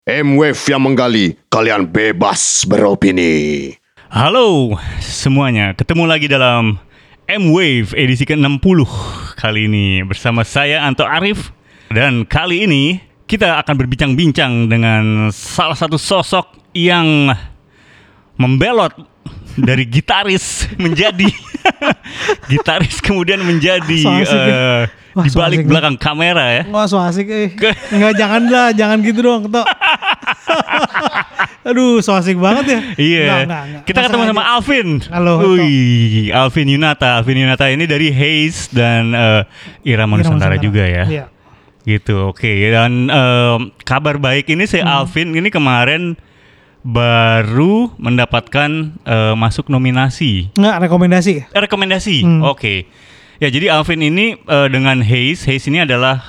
M-Wave yang menggali, kalian bebas beropini. Halo semuanya, ketemu lagi dalam M-Wave edisi ke-60 kali ini bersama saya Anto Arif. Dan kali ini kita akan berbincang-bincang dengan salah satu sosok yang membelot dari gitaris menjadi gitaris kemudian menjadi di balik belakang kamera ya. Wah, so asik Enggak, jangan gitu dong, Tok. Aduh, so asik banget ya. Iya. Enggak. Kita ketemu sama Alvin. Halo. Wih, Alvin Yunata. Alvin Yunata ini dari Haze dan Irama Nusantara juga ya. Iya. Gitu, oke. Dan kabar baik ini Alvin ini kemarin baru mendapatkan masuk nominasi. Enggak, rekomendasi. Rekomendasi, oke. Ya, jadi Alvin ini dengan Haze ini adalah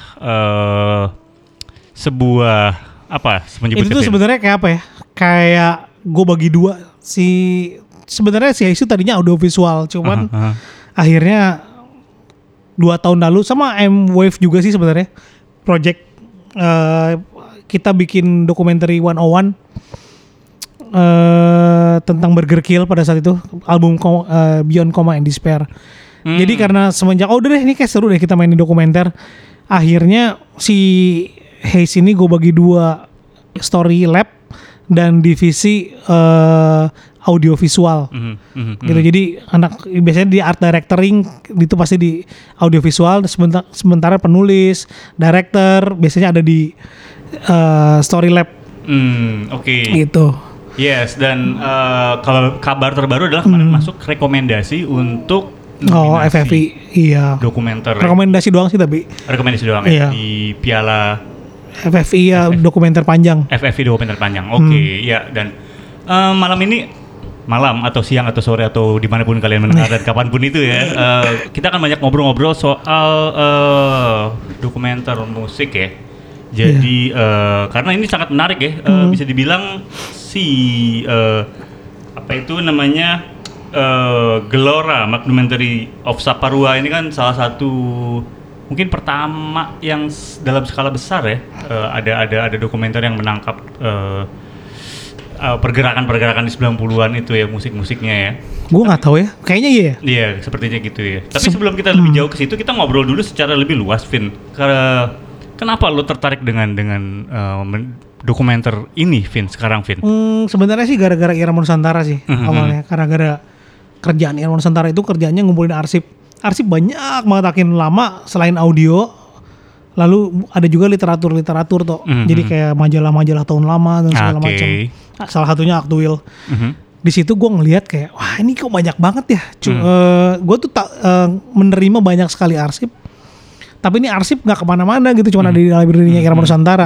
sebuah apa? Itu tuh sebenarnya kayak apa ya? Kayak gue bagi dua. Sebenarnya si Haze tadinya audiovisual, cuman akhirnya 2 tahun lalu sama M-Wave juga sih sebenarnya. Project kita bikin dokumenter 101 tentang Burger Kill pada saat itu, album Beyond Coma and Despair. Jadi karena semenjak udah deh ini kayak seru deh kita mainin dokumenter, akhirnya si Haze ini gue bagi 2 story lab dan divisi audiovisual gitu. Jadi biasanya di art directoring itu pasti di audiovisual, sementara penulis, director biasanya ada di story lab. Oke. Gitu. Yes, dan kalau kabar terbaru adalah kemarin masuk rekomendasi untuk FFI, iya. Dokumenter. Rekomendasi doang sih tapi. Rekomendasi doang iya. Ya di Piala FFI ya, dokumenter panjang. FFI dokumenter panjang. Oke, ya. Dan malam atau siang atau sore atau dimanapun kalian mendengar dan kapanpun itu ya, kita akan banyak ngobrol-ngobrol soal dokumenter musik ya. Jadi karena ini sangat menarik ya, bisa dibilang apa itu namanya Gelora Documentary of Saparua ini kan salah satu mungkin pertama yang dalam skala besar ya, ada dokumenter yang menangkap pergerakan-pergerakan di 90-an itu ya, musik-musiknya ya. Gue nggak tahu ya, kayaknya iya. Iya, sepertinya gitu ya. Tapi sebelum kita lebih jauh ke situ, kita ngobrol dulu secara lebih luas, Vin. Kenapa lo tertarik dengan dokumenter ini, Vin, sekarang, Vin? Sebenarnya sih gara-gara Irama Nusantara sih awalnya. Gara-gara kerjaan Irama Nusantara itu kerjanya ngumpulin arsip banyak banget, akin lama selain audio. Lalu ada juga literatur tuh. Jadi kayak majalah-majalah tahun lama dan segala macam. Salah satunya Aktuil. Di situ gue ngelihat kayak, wah ini kok banyak banget ya. Gue tuh menerima banyak sekali arsip. Tapi ini arsip nggak kemana-mana gitu, cuma ada di library-nya Irama Nusantara.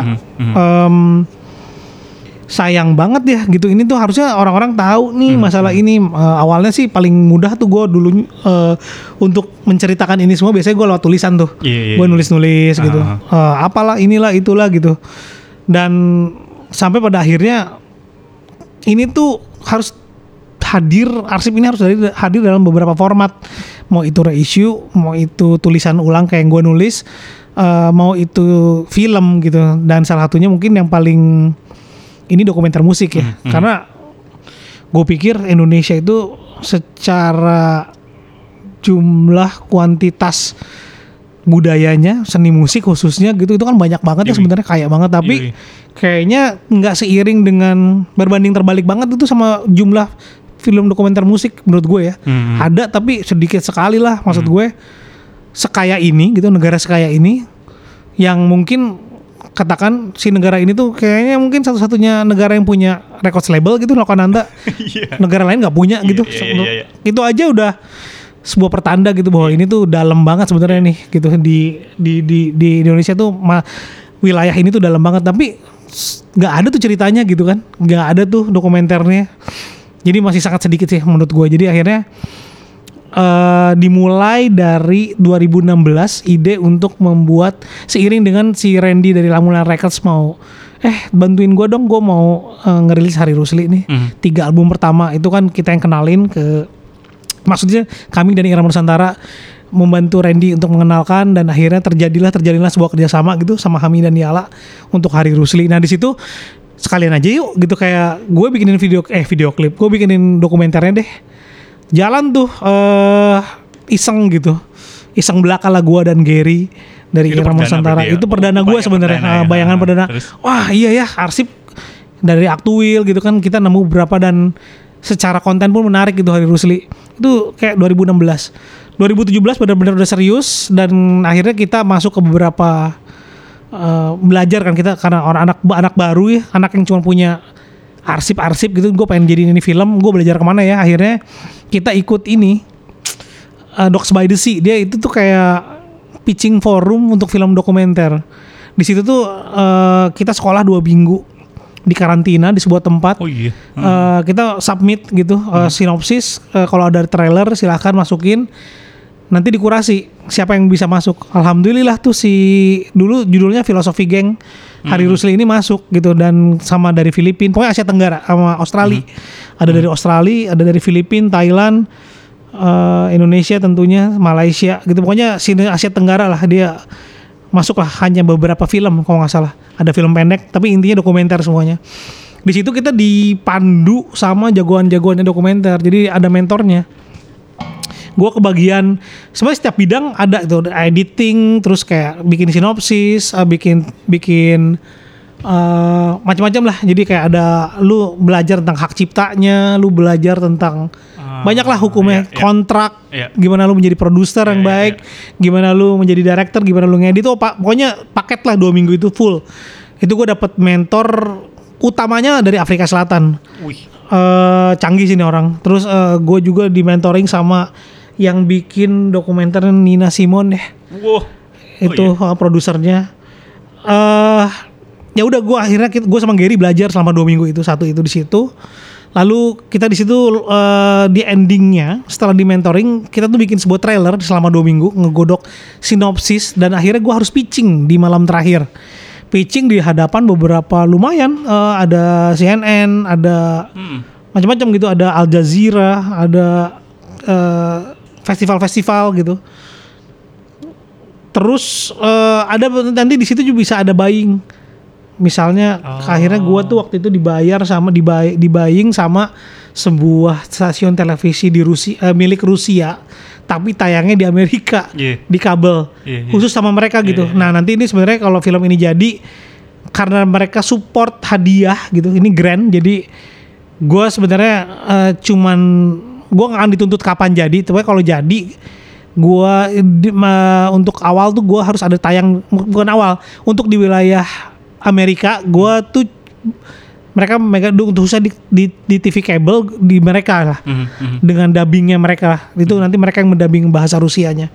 Sayang banget ya gitu. Ini tuh harusnya orang-orang tahu nih masalah ini. Awalnya sih paling mudah tuh gue dulu untuk menceritakan ini semua biasanya gue lewat tulisan tuh. Gue nulis-nulis gitu. Apalah inilah itulah gitu. Dan sampai pada akhirnya ini tuh harus arsip ini harus hadir dalam beberapa format. Mau itu reissue, mau itu tulisan ulang kayak yang gue nulis, mau itu film gitu. Dan salah satunya mungkin yang paling ini dokumenter musik ya. Karena gue pikir Indonesia itu secara jumlah kuantitas budayanya, seni musik khususnya gitu, itu kan banyak banget ya sebenarnya, kaya banget. Tapi kayaknya nggak seiring dengan berbanding terbalik banget itu sama jumlah film dokumenter musik menurut gue ya. Ada tapi sedikit sekali lah, maksud gue sekaya ini gitu, negara sekaya ini yang mungkin katakan si negara ini tuh kayaknya mungkin satu-satunya negara yang punya record label gitu, Lokananta. Negara lain nggak punya gitu. Itu aja udah sebuah pertanda gitu bahwa ini tuh dalam banget sebenarnya nih gitu, di Indonesia tuh wilayah ini tuh dalam banget, tapi nggak ada tuh ceritanya gitu kan, nggak ada tuh dokumenternya. Jadi masih sangat sedikit sih menurut gue. Jadi akhirnya dimulai dari 2016 ide untuk membuat, seiring dengan si Randy dari Lamunan Records mau bantuin gue dong, gue mau ngerilis Hari Rusli nih 3 album pertama. Itu kan kita yang kenalin ke, maksudnya kami dan Irama Nusantara membantu Randy untuk mengenalkan, dan akhirnya terjadilah sebuah kerjasama gitu sama Hami dan Yala untuk Hari Rusli. Nah di situ sekalian aja yuk gitu, kayak gue bikinin video klip, gue bikinin dokumenternya deh. Jalan tuh iseng gitu, iseng belaka lah gue dan Gary dari Irama Nusantara. Itu perdana gue sebenarnya, bayangan perdana. Terus? Wah iya ya, arsip dari Aktuil gitu kan, kita nemu beberapa dan secara konten pun menarik gitu Hari Rusli. Itu kayak 2016. 2017 benar-benar udah serius, dan akhirnya kita masuk ke beberapa belajar kan kita, karena orang anak baru ya, anak yang cuma punya arsip gitu. Gue pengen jadiin ini film, gue belajar kemana ya, akhirnya kita ikut ini Docs by the Sea. Dia itu tuh kayak pitching forum untuk film dokumenter. Di situ tuh kita sekolah 2 minggu di karantina di sebuah tempat. Oh iya. Kita submit gitu sinopsis, kalau ada trailer silahkan masukin, nanti dikurasi siapa yang bisa masuk. Alhamdulillah tuh dulu judulnya Filosofi Geng Hari Rusli ini masuk gitu, dan sama dari Filipina, pokoknya Asia Tenggara sama Australia. Ada dari Australia, ada dari Filipina, Thailand, Indonesia tentunya, Malaysia gitu, pokoknya sini Asia Tenggara lah dia masuk lah. Hanya beberapa film kalau nggak salah, ada film pendek tapi intinya dokumenter semuanya. Di situ kita dipandu sama jagoan-jagoannya dokumenter, jadi ada mentornya. Gue kebagian sebenarnya setiap bidang ada itu, editing, terus kayak bikin sinopsis, bikin macam-macam lah. Jadi kayak ada lu belajar tentang hak ciptanya, lu belajar tentang banyak lah hukumnya, kontrak, gimana lu menjadi produser yang baik, gimana lu menjadi director, gimana lu ngedit. Pokoknya paket lah 2 minggu itu full. Itu gue dapet mentor utamanya dari Afrika Selatan. Canggih sih nih orang. Terus gue juga di mentoring sama yang bikin dokumenter Nina Simone deh. Itu produsernya. Ya udah gue akhirnya gue sama Gary belajar selama 2 minggu itu, satu itu di situ. Lalu kita di situ di endingnya setelah di mentoring kita tuh bikin sebuah trailer selama 2 minggu, ngegodok sinopsis, dan akhirnya gue harus pitching di malam terakhir. Pitching di hadapan beberapa lumayan, ada CNN, ada macam-macam gitu, ada Al Jazeera, ada festival-festival gitu. Terus ada nanti di situ juga bisa ada buying. Misalnya akhirnya gue tuh waktu itu dibayar sama dibaying sama sebuah stasiun televisi di Rusia, milik Rusia, tapi tayangnya di Amerika, di kabel, khusus sama mereka gitu. Nah nanti ini sebenarnya kalau film ini jadi, karena mereka support hadiah gitu, ini grant, jadi gue sebenarnya gue nggak akan dituntut kapan jadi, tapi kalau jadi gue untuk awal tuh gue harus ada tayang, bukan awal, untuk di wilayah Amerika gue tuh mereka khususnya di TV kabel di mereka lah, dengan dubbingnya mereka itu nanti mereka yang mendubbing bahasa Rusianya.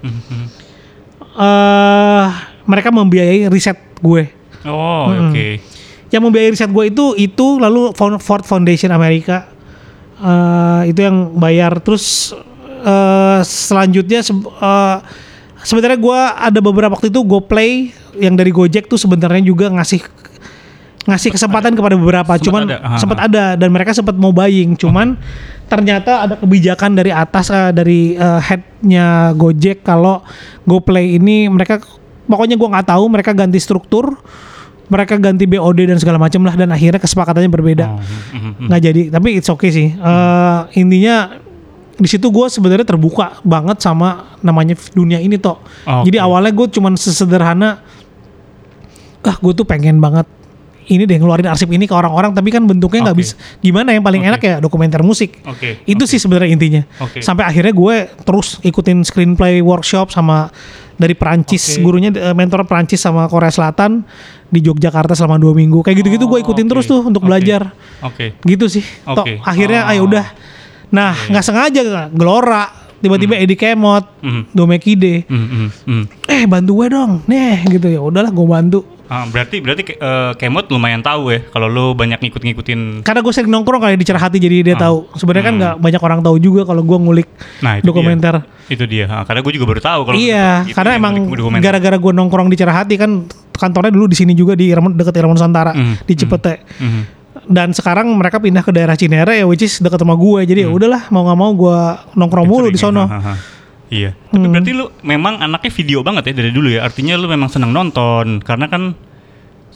Mereka membiayai riset gue. Oke. Yang membiayai riset gue itu lalu Ford Foundation Amerika itu yang bayar. Terus selanjutnya sebenarnya gue ada beberapa waktu itu GoPlay yang dari Gojek tuh sebenarnya juga ngasih kesempatan kepada beberapa, sempat ada dan mereka sempat mau buying, cuman ternyata ada kebijakan dari atas dari headnya Gojek kalau GoPlay ini mereka pokoknya gue nggak tahu, mereka ganti struktur, mereka ganti BOD dan segala macam lah, dan akhirnya kesepakatannya berbeda, nggak jadi. Tapi it's okay sih. Intinya di situ gue sebenarnya terbuka banget sama namanya dunia ini toh. Jadi awalnya gue cuman sesederhana, gue tuh pengen banget ini deh ngeluarin arsip ini ke orang-orang, tapi kan bentuknya nggak bisa. Gimana yang paling enak ya dokumenter musik. Itu sih sebenarnya intinya. Sampai akhirnya gue terus ikutin screenplay workshop sama dari Perancis, gurunya mentor Perancis sama Korea Selatan di Yogyakarta selama 2 minggu. Kayak gitu-gitu gue ikutin terus tuh untuk belajar. Gitu sih. Toh akhirnya ayo udah. Nah nggak sengaja Gelora tiba-tiba Edi Kemot, Domekide, bantu gue dong, gitu ya. Udahlah gue bantu. Berarti Kemot lumayan tahu ya kalau lu banyak ngikutin. Karena gue sering nongkrong kali di Cerahati, jadi dia tahu. Sebenarnya kan nggak banyak orang tahu juga kalau gue ngulik dokumenter. Itu dia. Karena gue juga baru tahu kalau. Iya, karena emang gara-gara gue nongkrong di Cerahati kan kantornya dulu di sini juga di dekat Irama Nusantara di Cipete. Dan sekarang mereka pindah ke daerah Cinere ya, which is dekat rumah gue. Jadi udahlah mau nggak mau gue nongkrong mulu di sono. Iya. Tapi berarti lu memang anaknya video banget ya dari dulu ya. Artinya lu memang senang nonton, karena kan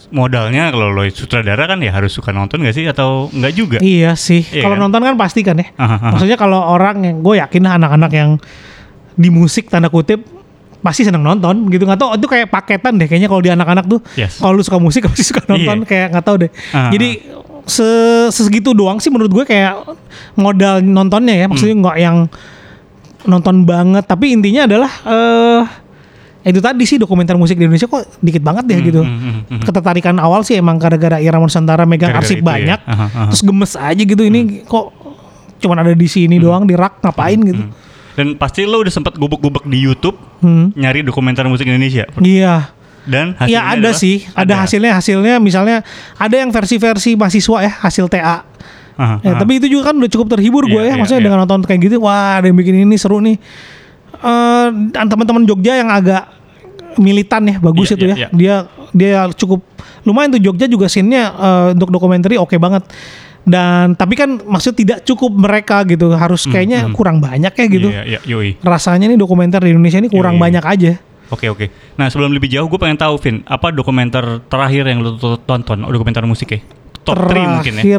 modalnya kalau lo sutradara kan ya harus suka nonton gak sih atau enggak juga? Iya sih. Iya Kalau kan? nonton kan pasti kan ya. Aha. Maksudnya kalau orang yang gue yakin anak-anak yang di musik tanda kutip pasti seneng nonton gitu. Nggak tahu itu kayak paketan deh kayaknya kalau di anak-anak tuh. Yes. Kalau lu suka musik pasti suka nonton kayak nggak tahu deh. Jadi segitu doang sih menurut gue kayak modal nontonnya ya. Maksudnya nggak yang nonton banget. Tapi intinya adalah itu tadi sih dokumenter musik di Indonesia kok dikit banget ya gitu. Ketertarikan awal sih emang gara-gara Irama Nusantara megang Gara-gara arsip itu banyak. ya. Terus gemes aja gitu ini kok cuman ada di sini doang di rak ngapain gitu. Dan pasti lo udah sempat gubek-gubek di YouTube nyari dokumenter musik Indonesia. Iya. Dan hasilnya Iya ada adalah, sih, ada hasilnya misalnya ada yang versi-versi mahasiswa ya, hasil TA. Tapi itu juga kan udah cukup terhibur gue ya, maksudnya dengan nonton kayak gitu, wah ada yang bikin ini seru nih. Teman-teman Jogja yang agak militan ya, bagus itu ya. Dia cukup lumayan tuh Jogja juga scene-nya untuk dokumenter oke banget. Dan tapi kan maksudnya tidak cukup mereka gitu, harus kayaknya kurang banyak ya gitu. Rasanya nih dokumenter di Indonesia ini kurang banyak aja. Oke. Nah sebelum lebih jauh gue pengen tahu Vin, apa dokumenter terakhir yang lo tonton, dokumenter musik ya? Top 3 mungkin ya?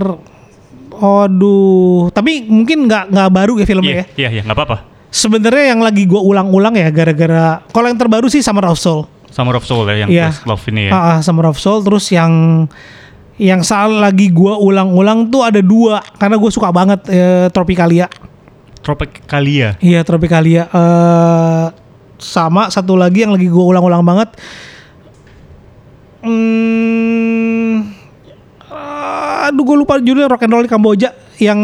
Aduh, tapi mungkin nggak baru ya filmnya ya? Iya, nggak apa-apa. Sebenarnya yang lagi gue ulang-ulang ya gara-gara kalau yang terbaru sih Summer of Soul. Summer of Soul ya, yang First Love ini ya. Summer of Soul, terus yang lagi gue ulang-ulang tuh ada 2 karena gue suka banget Tropicalia. Iya, Tropicalia. Sama satu lagi yang lagi gue ulang-ulang banget. Aduh gue lupa judulnya, Rock and Roll di Kamboja yang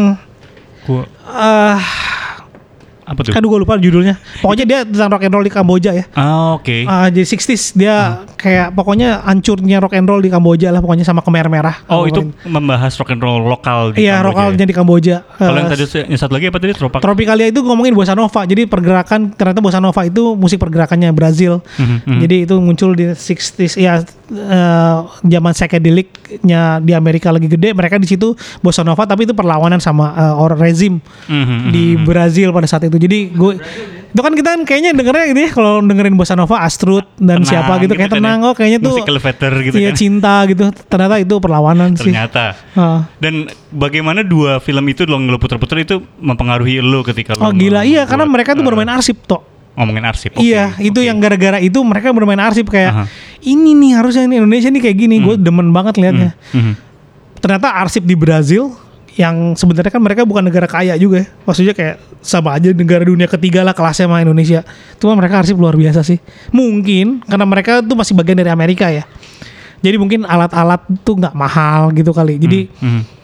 apa tuh? Aduh gue lupa judulnya. Pokoknya dia tentang rock and roll di Kamboja ya. Oke. Jadi 60s dia kayak pokoknya hancurnya rock and roll di Kamboja lah, pokoknya sama Khmer Merah. Itu membahas rock and roll lokal di Kamboja. Iya, lokalnya di Kamboja. Kalau yang tadi yang satu lagi apa tadi? Tropicalia itu ngomongin bossa nova. Jadi pergerakan, ternyata bossa nova itu musik pergerakannya Brazil. Jadi itu muncul di 60s ya, zaman psychedelicnya di Amerika lagi gede, mereka di situ bossa nova, tapi itu perlawanan sama rezim di Brazil pada saat itu. Jadi itu kan kita kan kayaknya dengernya ini kalau dengerin bossa nova Astrud dan tenang, siapa gitu kayak tenang ya. Kayaknya tuh musik elevator gitu iya, kan cinta gitu, ternyata itu perlawanan ternyata. Dan bagaimana 2 film itu lo puter-puter itu mempengaruhi lo ketika lo gila iya, karena mereka tuh bermain arsip toh. Ngomongin arsip. Iya, itu yang gara-gara itu mereka bermain arsip kayak ini nih harusnya ini Indonesia nih kayak gini. Gue demen banget liatnya. Ternyata arsip di Brazil yang sebenarnya kan mereka bukan negara kaya juga ya. Maksudnya kayak sama aja negara dunia ketiga lah kelasnya sama Indonesia. Cuma mereka arsip luar biasa sih. Mungkin karena mereka tuh masih bagian dari Amerika ya. Jadi mungkin alat-alat tuh nggak mahal gitu kali. Jadi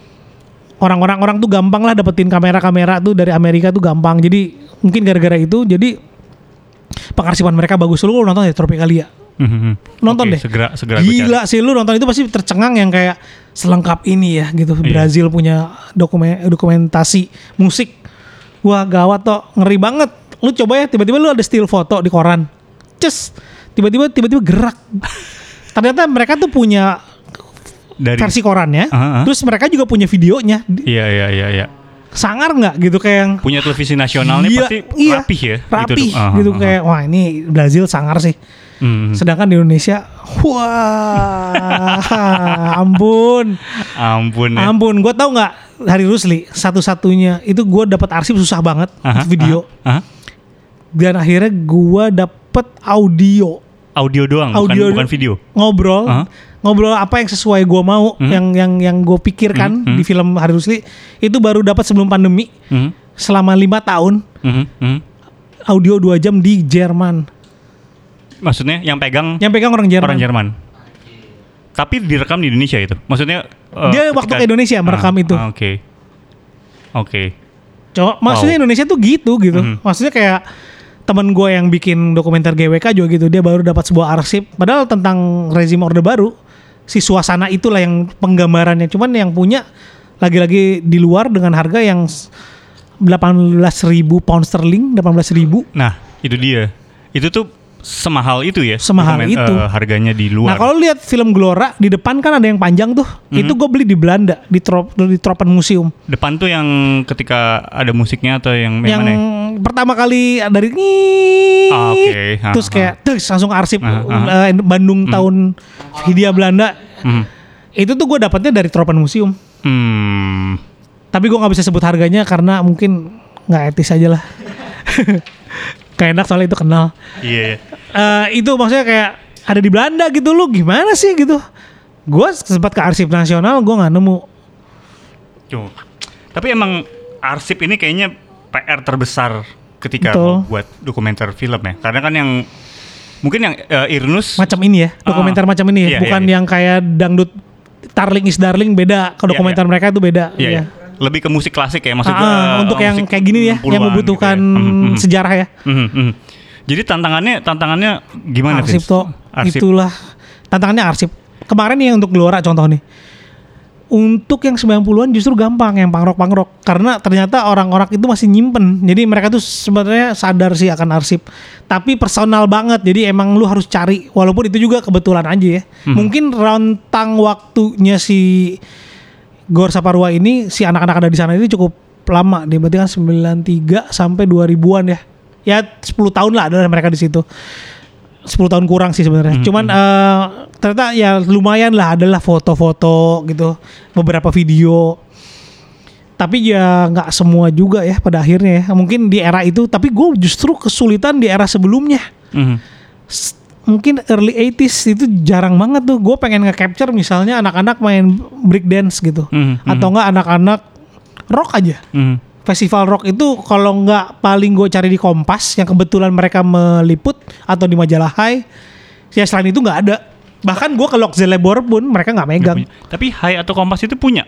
orang tuh gampang lah dapetin kamera-kamera tuh dari Amerika tuh gampang. Jadi mungkin gara-gara itu jadi pengarsipan mereka bagus. Lu nonton ya Tropicalia. Nonton deh. Segera gila sih lu nonton itu pasti tercengang yang kayak selengkap ini ya gitu. Brazil punya dokumentasi musik. Wah gawat toh, ngeri banget. Lu coba ya tiba-tiba lu ada still foto di koran. Tiba-tiba gerak. Ternyata mereka tuh punya dari versi korannya. Terus mereka juga punya videonya. Iya. Sangar nggak gitu kayak yang punya televisi nasionalnya pasti rapih ya. Rapih gitu kayak wah ini Brazil sangar sih. Sedangkan di Indonesia, wah, ampun ya. Gue tau nggak Hari Rusli satu-satunya itu gue dapat arsip susah banget video, dan akhirnya gue dapet audio doang, bukan video. Ngobrol apa yang sesuai gue mau, yang gue pikirkan di film Hari Rusli itu baru dapat sebelum pandemi, selama 5 tahun, audio 2 jam di Jerman. Maksudnya yang pegang orang Jerman. Tapi direkam di Indonesia itu. Maksudnya dia waktu ke Indonesia merekam itu. Oke. Maksudnya Indonesia tuh gitu. Maksudnya kayak temen gue yang bikin dokumenter GWK juga gitu. Dia baru dapat sebuah arsip padahal tentang rezim Orde Baru. Si suasana itulah yang penggambarannya. Cuman yang punya lagi-lagi di luar dengan harga yang 18.000 pound sterling, 18.000. Nah, itu dia. Itu tuh semahal itu ya, itu harganya di luar. Nah kalau lihat film Glora di depan kan ada yang panjang tuh, itu gue beli di Belanda di Tropen Museum. Depan tuh yang ketika ada musiknya atau yang mana? Yang pertama kali dari terus kayak langsung arsip Bandung tahun Hindia Belanda. Itu tuh gue dapatnya dari Tropen Museum. Tapi gue nggak bisa sebut harganya karena mungkin nggak etis aja lah. Kayak enak soalnya itu kenal. Iya. Itu maksudnya kayak ada di Belanda gitu, lu gimana sih gitu. Gue sempat ke Arsip Nasional, gue nggak nemu. Tapi emang arsip ini kayaknya PR terbesar ketika mau buat dokumenter film ya. Karena kan yang mungkin yang Irnus macam ini ya, dokumenter macam ini ya, bukan yang kayak dangdut Darling is Darling, beda. Ke dokumenter mereka itu beda. Iya. Lebih ke musik klasik ya maksud gue. Untuk yang kayak gini ya, yang membutuhkan gitu ya. Sejarah ya. Jadi tantangannya gimana? Arsip toh, itulah tantangannya arsip. Kemarin nih untuk Gelora contoh nih. Untuk yang 90-an justru gampang, yang punk rock. Karena ternyata orang-orang itu masih nyimpen. Jadi mereka tuh sebenarnya sadar sih akan arsip. Tapi personal banget, jadi emang lu harus cari. Walaupun itu juga kebetulan aja ya. Mungkin rentang waktunya si Gor Saparua ini, si anak-anak ada di sana ini cukup lama. Dia berarti kan 93 sampai 2000-an ya. Ya 10 tahun lah ada mereka di situ. 10 tahun kurang sih sebenarnya. Cuman ternyata ya lumayan lah, adalah foto-foto gitu, beberapa video. Tapi ya nggak semua juga ya pada akhirnya ya. Mungkin di era itu, tapi gue justru kesulitan di era sebelumnya. Mungkin early 80s itu jarang banget tuh. Gue pengen nge-capture misalnya anak-anak main break dance gitu. Atau enggak anak-anak rock aja. Festival rock itu kalau nggak paling gue cari di Kompas yang kebetulan mereka meliput, atau di majalah Hai. Ya selain itu nggak ada. Bahkan gue ke Lokzelebor pun mereka nggak megang. Tapi Hai atau Kompas itu punya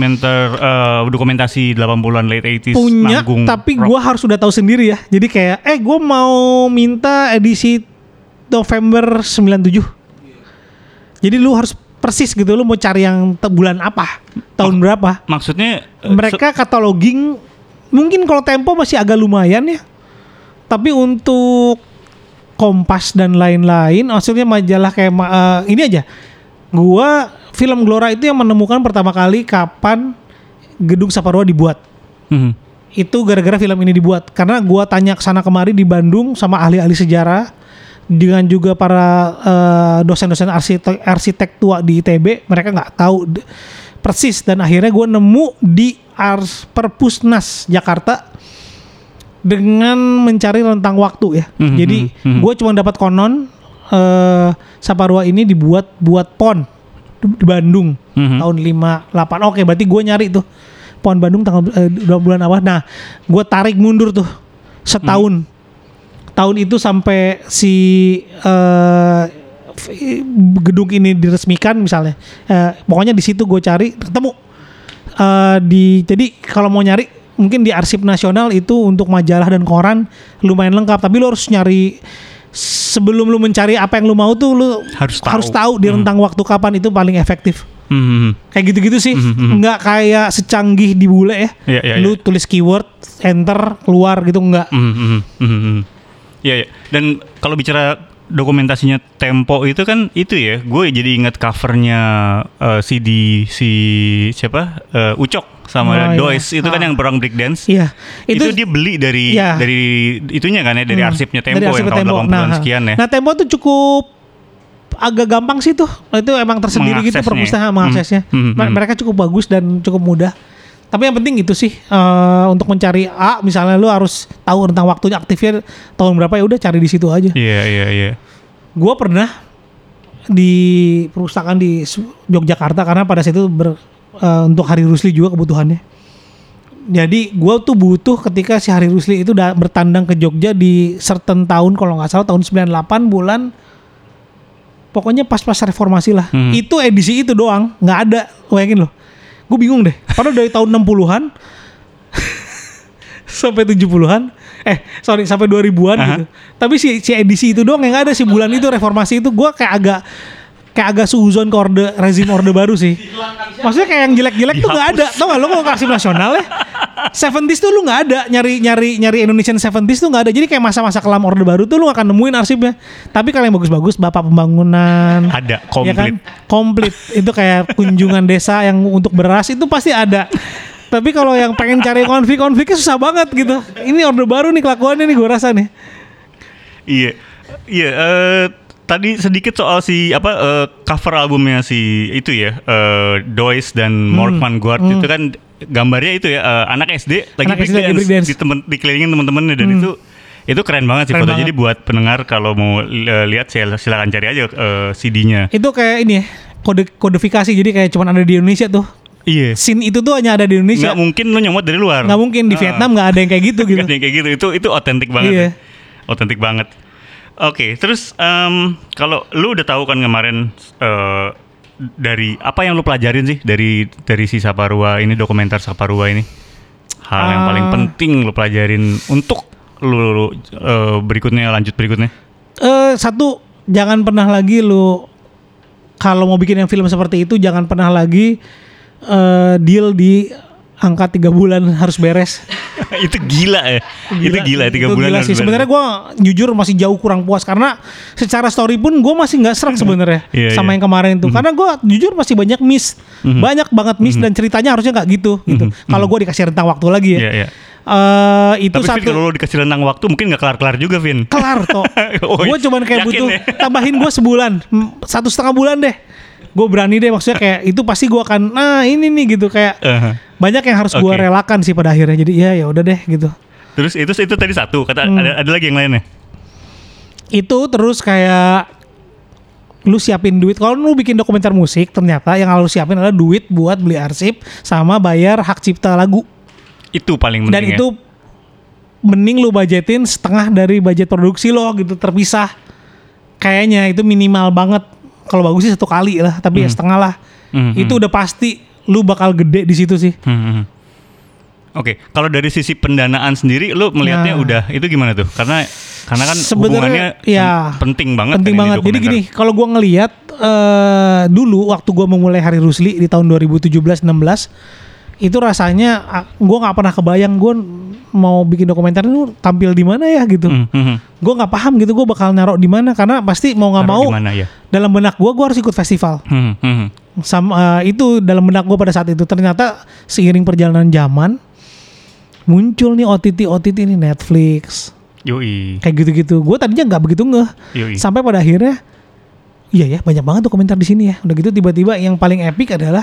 dokumentasi 80-an late 80s punya, manggung tapi rock. Gue harus udah tahu sendiri ya. Jadi kayak gue mau minta edisi November 97. Jadi lu harus persis gitu, lu mau cari yang bulan apa, tahun berapa. Maksudnya mereka cataloging. Mungkin kalau Tempo masih agak lumayan ya. Tapi untuk Kompas dan lain-lain, maksudnya majalah kayak ini aja. Gua film Gelora itu yang menemukan pertama kali kapan Gedung Saparua dibuat. Itu gara-gara film ini dibuat. Karena gua tanya kesana kemari di Bandung sama ahli-ahli sejarah, dengan juga para dosen-dosen arsitek tua di ITB, mereka nggak tahu persis. Dan akhirnya gue nemu di Perpusnas Jakarta dengan mencari rentang waktu ya. Jadi gue cuma dapat konon Saparua ini dibuat PON di Bandung tahun 58. Oke, berarti gue nyari tuh PON Bandung tanggal bulan apa. Nah, gue tarik mundur tuh setahun. Tahun itu sampai si gedung ini diresmikan misalnya. Pokoknya di situ gue cari ketemu. Jadi kalau mau nyari mungkin di Arsip Nasional itu untuk majalah dan koran lumayan lengkap, tapi lu harus nyari sebelum lu mencari apa yang lu mau tuh lu harus tahu di rentang waktu kapan itu paling efektif. Kayak gitu-gitu sih. Nggak kayak secanggih di bule ya. Lu tulis keyword, enter, keluar gitu enggak. Iya. Dan kalau bicara dokumentasinya Tempo itu kan itu ya, gue jadi ingat covernya CD si siapa Ucok sama Dois itu kan yang perang break dance. Iya. Itu dia beli dari itunya kan ya, dari arsipnya Tempo yang tahun 80-an sekian ya. Nah Tempo tuh cukup agak gampang sih tuh. Itu emang tersendiri gitu perpustakaan mengaksesnya. Mereka cukup bagus dan cukup mudah. Tapi yang penting itu sih untuk mencari misalnya lu harus tahu tentang waktunya aktifnya tahun berapa, ya udah cari di situ aja. Iya. Gua pernah di perpustakaan di Yogyakarta karena pada saat itu untuk Hari Rusli juga kebutuhannya. Jadi gua tuh butuh ketika si Hari Rusli itu udah bertandang ke Jogja di certain tahun, kalau nggak salah tahun 98 bulan, pokoknya pas-pas reformasi lah. Itu edisi itu doang, nggak ada. Bayangin loh. Gue bingung deh, padahal dari tahun 60-an sampai 70-an, sampai 2000-an gitu. Tapi si edisi itu doang yang ada, si bulan itu reformasi itu gue kayak agak suuzon ke rezim orde baru sih. Maksudnya kayak yang jelek-jelek tuh nggak ada. Tau gak lo kalau ke Arsip Nasional ya, 70s tuh lu nggak ada, nyari Indonesian 70s tuh nggak ada. Jadi kayak masa-masa kelam orde baru tuh lu akan nemuin arsipnya. Tapi kalau yang bagus-bagus, Bapak Pembangunan ada komplit. Ya kan? Komplit. Itu kayak kunjungan desa yang untuk beras itu pasti ada. Tapi kalau yang pengen cari konfliknya susah banget gitu. Ini orde baru nih kelakuannya nih gue rasa nih. Iya. tadi sedikit soal si cover albumnya si itu ya, Dois dan Mark Van Guard itu kan gambarnya itu ya, anak SD lagi break dance dikelilingin teman-temannya, dan itu keren banget sih foto. Jadi buat pendengar kalau mau lihat silakan cari aja CD-nya. Itu kayak ini ya, kodifikasi, jadi kayak cuman ada di Indonesia tuh. Iya. Scene itu tuh hanya ada di Indonesia. Nggak mungkin lu nyomot dari luar. Nggak mungkin, di Vietnam nggak ada yang kayak gitu. Nggak ada yang kayak gitu. Itu otentik banget. Iya. Otentik banget. Oke, terus kalau lu udah tahu kan kemarin dari apa yang lu pelajarin sih dari si Saparua ini, dokumenter Saparua ini? Hal yang paling penting lu pelajarin untuk lu lanjut berikutnya? Satu, jangan pernah lagi lu kalau mau bikin yang film seperti itu, jangan pernah lagi deal di angka 3 bulan harus beres. Itu gila ya. Itu gila 3 bulan gila harus sih. Sebenarnya gue jujur masih jauh kurang puas, karena secara story pun gue masih nggak serak sebenarnya sama yang kemarin itu. Karena gue jujur masih banyak miss, banyak banget miss, dan ceritanya harusnya nggak gitu. Kalau gue dikasih rentang waktu lagi ya. Itu tapi satu. Vin, kalau lo dikasih rentang waktu mungkin nggak kelar-kelar juga, Vin. Kelar toh. Gue cuman kayak butuh tambahin gue sebulan, 1,5 bulan deh. Gue berani deh, maksudnya kayak itu pasti gue akan ini nih gitu, kayak banyak yang harus gue relakan sih pada akhirnya. Jadi ya udah deh gitu. Terus itu tadi satu kata, ada lagi yang lainnya. Itu terus kayak lu siapin duit. Kalau lu bikin dokumenter musik, ternyata yang harus siapin adalah duit buat beli arsip sama bayar hak cipta lagu. Itu paling penting. Dan itu mending lu budgetin setengah dari budget produksi lo gitu, terpisah. Kayaknya itu minimal banget. Kalau bagus sih 1 kali lah, tapi ya setengah lah. Itu udah pasti lu bakal gede di situ sih. Oke, kalau dari sisi pendanaan sendiri lu melihatnya udah itu gimana tuh? Karena kan hubungannya penting banget. Penting banget. Jadi gini, kalau gua ngelihat dulu waktu gua memulai Hari Rusli di tahun 2017-16, itu rasanya gue nggak pernah kebayang gue mau bikin dokumenter itu tampil di mana ya gitu. Gue nggak paham gitu gue bakal naruh di mana, karena pasti mau nggak mau dalam benak gue harus ikut festival. Sama itu dalam benak gue pada saat itu. Ternyata seiring perjalanan zaman muncul nih OTT nih, Netflix. Yoi. Kayak gitu-gitu. Gue tadinya nggak begitu sampai pada akhirnya iya ya, banyak banget dokumenter di sini ya. Udah gitu tiba-tiba yang paling epic adalah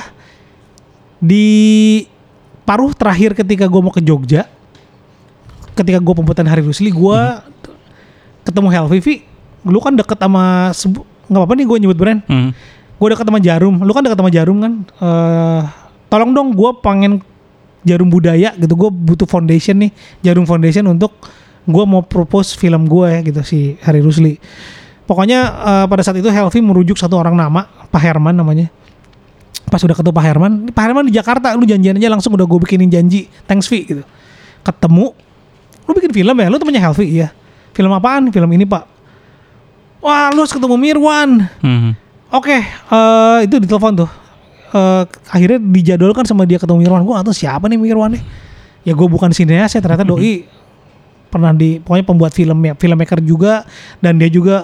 di paruh terakhir ketika gue mau ke Jogja, ketika gue pembuatan Hari Rusli, gue ketemu Helvivi. Lu kan deket sama nggak apa-apa nih gue nyebut brand. Gue deket sama Jarum, lu kan deket sama Jarum kan. Tolong dong, gue pengen Jarum Budaya gitu, gue butuh foundation nih, Jarum Foundation, untuk gue mau propose film gue ya gitu, si Hari Rusli. Pokoknya pada saat itu Helvi merujuk satu orang nama, Pak Herman namanya. Pas udah ketemu Pak Herman di Jakarta, lu janjian aja langsung, udah gue bikinin janji, thanks Vi gitu. Ketemu, lu bikin film ya? Lu temennya Helvi? Iya. Film apaan? Film ini Pak. Wah, lu harus ketemu Mirwan. Oke, itu ditelepon tuh. Akhirnya dijadwalkan sama dia ketemu Mirwan. Gue gak tahu siapa nih Mirwan nih. Ya gue bukan sineas ya, ternyata doi pernah pokoknya pembuat film ya, filmmaker juga, dan dia juga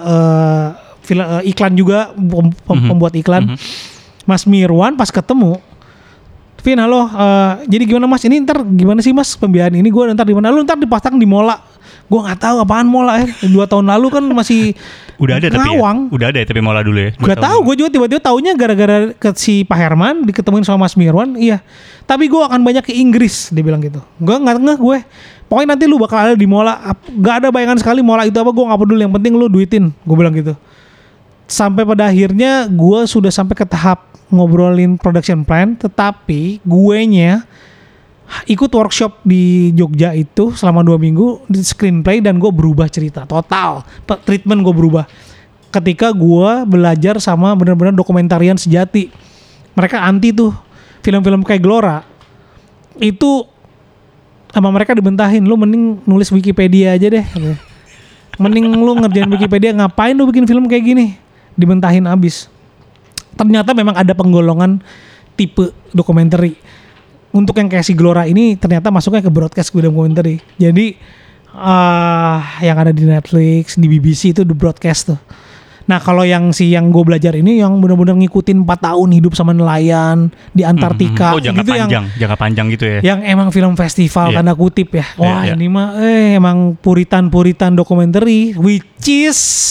iklan juga, pembuat iklan. Mas Mirwan pas ketemu, Vin, halo, jadi gimana Mas, ini ntar gimana sih Mas pembiayaan ini, gue ntar di mana? Lu ntar dipasang di Mola. Gue nggak tahu apaan Mola ya. 2 tahun lalu kan masih udah ada ngawang. Tapi ya? Udah ada ya tapi Mola dulu ya. Gak tahu, gue juga tiba-tiba taunya gara-gara ke si Pak Herman diketemuin sama Mas Mirwan. Iya, tapi gue akan banyak ke Inggris, dia bilang gitu. Gue nggak ngeh gue. Pokoknya nanti lu bakal ada di Mola. Gak ada bayangan sekali Mola itu apa, gue nggak peduli. Yang penting lu duitin, gue bilang gitu. Sampai pada akhirnya gue sudah sampai ke tahap ngobrolin production plan, tetapi guenya ikut workshop di Jogja itu selama 2 minggu di screenplay, dan gue berubah cerita total, treatment gue berubah ketika gue belajar sama benar-benar dokumentarian sejati. Mereka anti tuh film-film kayak Glora itu, sama mereka dibentahin, lu mending nulis Wikipedia aja deh, mending lu ngerjain Wikipedia, ngapain lu bikin film kayak gini, dibentahin abis. Ternyata memang ada penggolongan tipe dokumenter. Untuk yang kayak si Glora ini ternyata masuknya ke broadcast dokumenter. Jadi yang ada di Netflix, di BBC itu the broadcast tuh. Nah kalau yang gue belajar ini yang benar-benar ngikutin 4 tahun hidup sama nelayan di Antartika. Jangka panjang gitu ya. Yang emang film festival tanda kutip ya. Wah ini mah emang puritan dokumenter, which is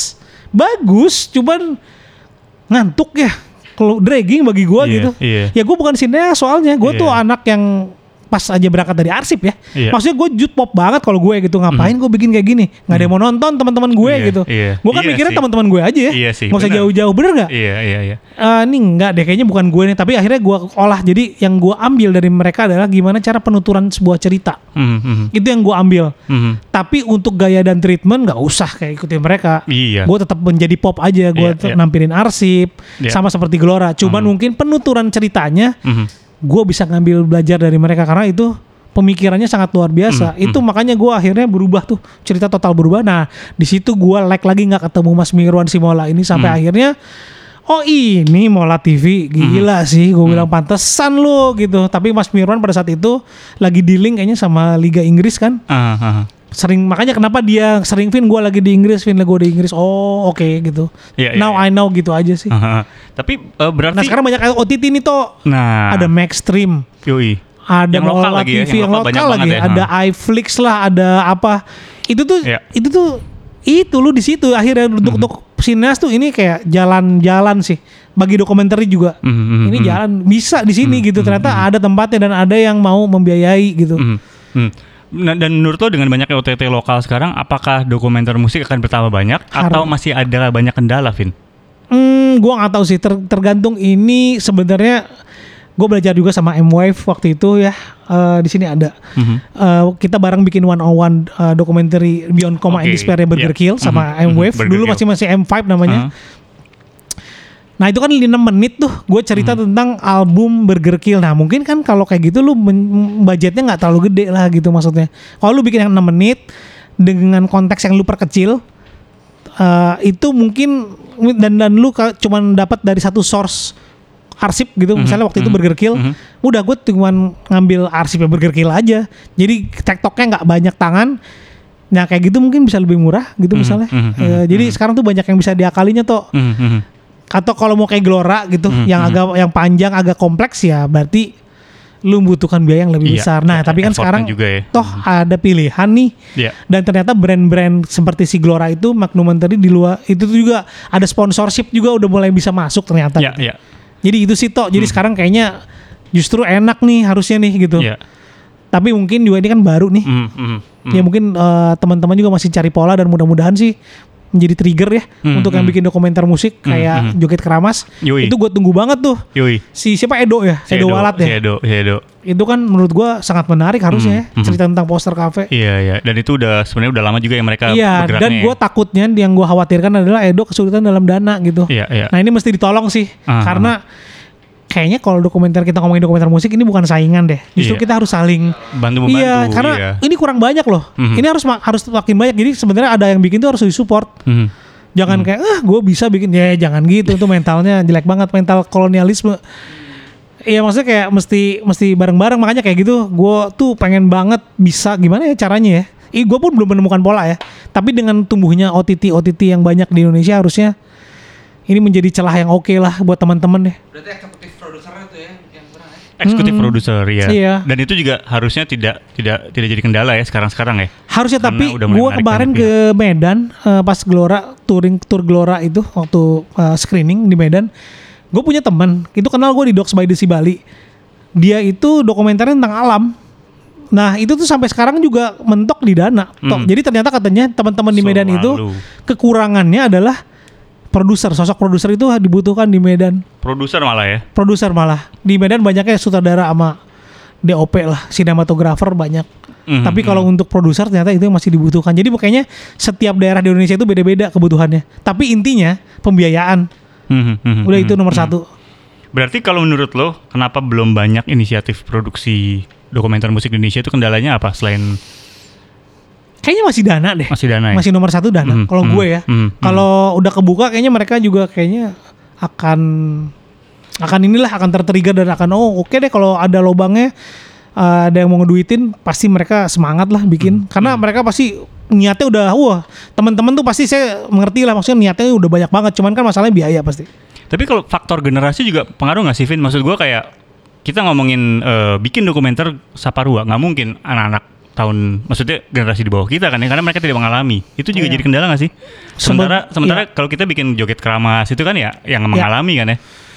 bagus, cuman ngantuk ya. Kalau dragging bagi gue gitu. Ya gue bukan sineas soalnya. Gue tuh anak yang pas aja berangkat dari arsip ya. Maksudnya gue jut pop banget kalau gue gitu. Ngapain gue bikin kayak gini? Nggak ada yang mau nonton teman-teman gue gitu. Gue kan mikirnya teman-teman gue aja ya. Nggak usah jauh-jauh, bener nggak? Ini nggak deh, kayaknya bukan gue nih. Tapi akhirnya gue olah. Jadi yang gue ambil dari mereka adalah gimana cara penuturan sebuah cerita. Itu yang gue ambil. Tapi untuk gaya dan treatment nggak usah kayak ikutin mereka. Gue tetap menjadi pop aja. Gue nampilin arsip. Sama seperti Gelora. Cuman mungkin penuturan ceritanya gue bisa ngambil belajar dari mereka karena itu pemikirannya sangat luar biasa. Itu makanya gue akhirnya berubah tuh, cerita total berubah. Nah di situ gue like lagi nggak ketemu Mas Mirwan si Mola ini sampai akhirnya oh ini Mola TV gila sih, gue bilang pantesan lo gitu. Tapi Mas Mirwan pada saat itu lagi dealing kayaknya sama Liga Inggris kan. Sering, makanya kenapa dia sering Vin gue lagi di Inggris, Vin gue di Inggris. Oh oke gitu. Now I know gitu aja sih. Tapi berarti nah sekarang banyak OTT nih toh. Nah ada Maxstream. Ada yang lokal Mola lagi TV yang lokal lagi. Ya. Ada iFlix lah, ada apa. Itu lu di situ akhirnya untuk sineas tuh ini kayak jalan-jalan sih. Bagi dokumenter juga. Ini jalan bisa di sini gitu. Ternyata ada tempatnya dan ada yang mau membiayai gitu. Nah, dan menurut lo dengan banyaknya OTT lokal sekarang, apakah dokumenter musik akan bertambah banyak atau masih ada banyak kendala, Vin? Gua nggak tahu sih. Tergantung ini sebenarnya. Gue belajar juga sama M-Wave waktu itu ya. Di sini ada. Kita bareng bikin 101 dokumenter Beyond Coma and Despair Burger Kill sama M-Wave. Dulu masih M5 namanya. Nah itu kan 5 menit tuh gue cerita tentang album Burger Kill. Nah mungkin kan kalau kayak gitu lu budgetnya gak terlalu gede lah gitu maksudnya. Kalau lu bikin yang 6 menit dengan konteks yang lu perkecil, itu mungkin dan lu cuman dapat dari satu source arsip gitu. Misalnya waktu itu Burger Kill, udah gue cuman ngambil arsipnya Burger Kill aja. Jadi tektoknya gak banyak tangan. Nah kayak gitu mungkin bisa lebih murah gitu misalnya. Jadi sekarang tuh banyak yang bisa diakalinya toh. Atau kalau mau kayak Gelora gitu, yang panjang agak kompleks ya, berarti lu membutuhkan biaya yang lebih besar. Nah, tapi kan sekarang toh ada pilihan nih. Dan ternyata brand-brand seperti si Gelora itu, Magnum tadi di luar itu tuh juga ada sponsorship juga udah mulai bisa masuk ternyata. Jadi itu sih toh. Jadi sekarang kayaknya justru enak nih harusnya nih gitu. Tapi mungkin juga ini kan baru nih. Ya mungkin teman-teman juga masih cari pola dan mudah-mudahan sih menjadi trigger ya untuk yang bikin dokumenter musik kayak Joget Keramas. Itu gue tunggu banget tuh. Si siapa Edo ya? Edo Walat ya? Edo. Itu kan menurut gue sangat menarik harusnya ya. Cerita tentang poster kafe. Iya. Dan itu sebenarnya udah lama juga yang mereka bergeraknya. Dan gue takutnya yang gue khawatirkan adalah Edo kesulitan dalam dana gitu. Nah ini mesti ditolong sih. Karena kayaknya kalau kita ngomongin dokumenter musik ini bukan saingan deh. Justru kita harus saling bantu-membantu. Iya, karena ini kurang banyak loh. Ini harus makin banyak. Jadi sebenarnya ada yang bikin tuh harus disupport. Jangan kayak gue bisa bikin, ya jangan gitu. Itu mentalnya jelek banget, mental kolonialisme. Iya maksudnya kayak mesti bareng-bareng. Makanya kayak gitu. Gue tuh pengen banget bisa gimana ya caranya ya. Gue pun belum menemukan pola ya. Tapi dengan tumbuhnya OTT yang banyak di Indonesia harusnya ini menjadi celah yang oke lah buat teman-teman deh. Berarti eksekutif produsernya tuh ya yang kurang ya. Eksekutif produser ya. Iya. Dan itu juga harusnya tidak jadi kendala ya sekarang ya. Harusnya. Karena tapi gue kemarin ke Medan pas Gelora tour Gelora itu waktu screening di Medan, gue punya teman itu kenal gue di Dogs by the Sea Bali. Dia itu dokumenternya tentang alam. Nah itu tuh sampai sekarang juga mentok di dana. Jadi ternyata katanya teman-teman di Medan itu kekurangannya adalah sosok produser itu dibutuhkan di Medan. Produser malah di Medan banyaknya sutradara sama DOP lah, sinematografer banyak. Tapi kalau untuk produser ternyata itu yang masih dibutuhkan. Jadi makanya setiap daerah di Indonesia itu beda-beda kebutuhannya. Tapi intinya pembiayaan. Udah itu nomor satu. Berarti kalau menurut lo kenapa belum banyak inisiatif produksi dokumenter musik di Indonesia, itu kendalanya apa selain? Kayaknya masih dana deh. Masih nomor satu dana. Kalau gue ya. Kalau udah kebuka kayaknya mereka juga kayaknya akan tertrigger dan akan oke deh kalau ada lobangnya, ada yang mau ngeduitin pasti mereka semangat lah bikin. Karena mereka pasti niatnya udah teman-teman tuh pasti saya mengerti lah, maksudnya niatnya udah banyak banget. Cuman kan masalahnya biaya pasti. Tapi kalau faktor generasi juga pengaruh nggak sih, Vin? Maksud gue kayak kita ngomongin bikin dokumenter Saparua, nggak mungkin anak-anak tahun, maksudnya generasi di bawah kita kan ya, karena mereka tidak mengalami. Itu juga jadi kendala nggak sih? Sementara kalau kita bikin joget keramas itu kan ya yang mengalami kan ya.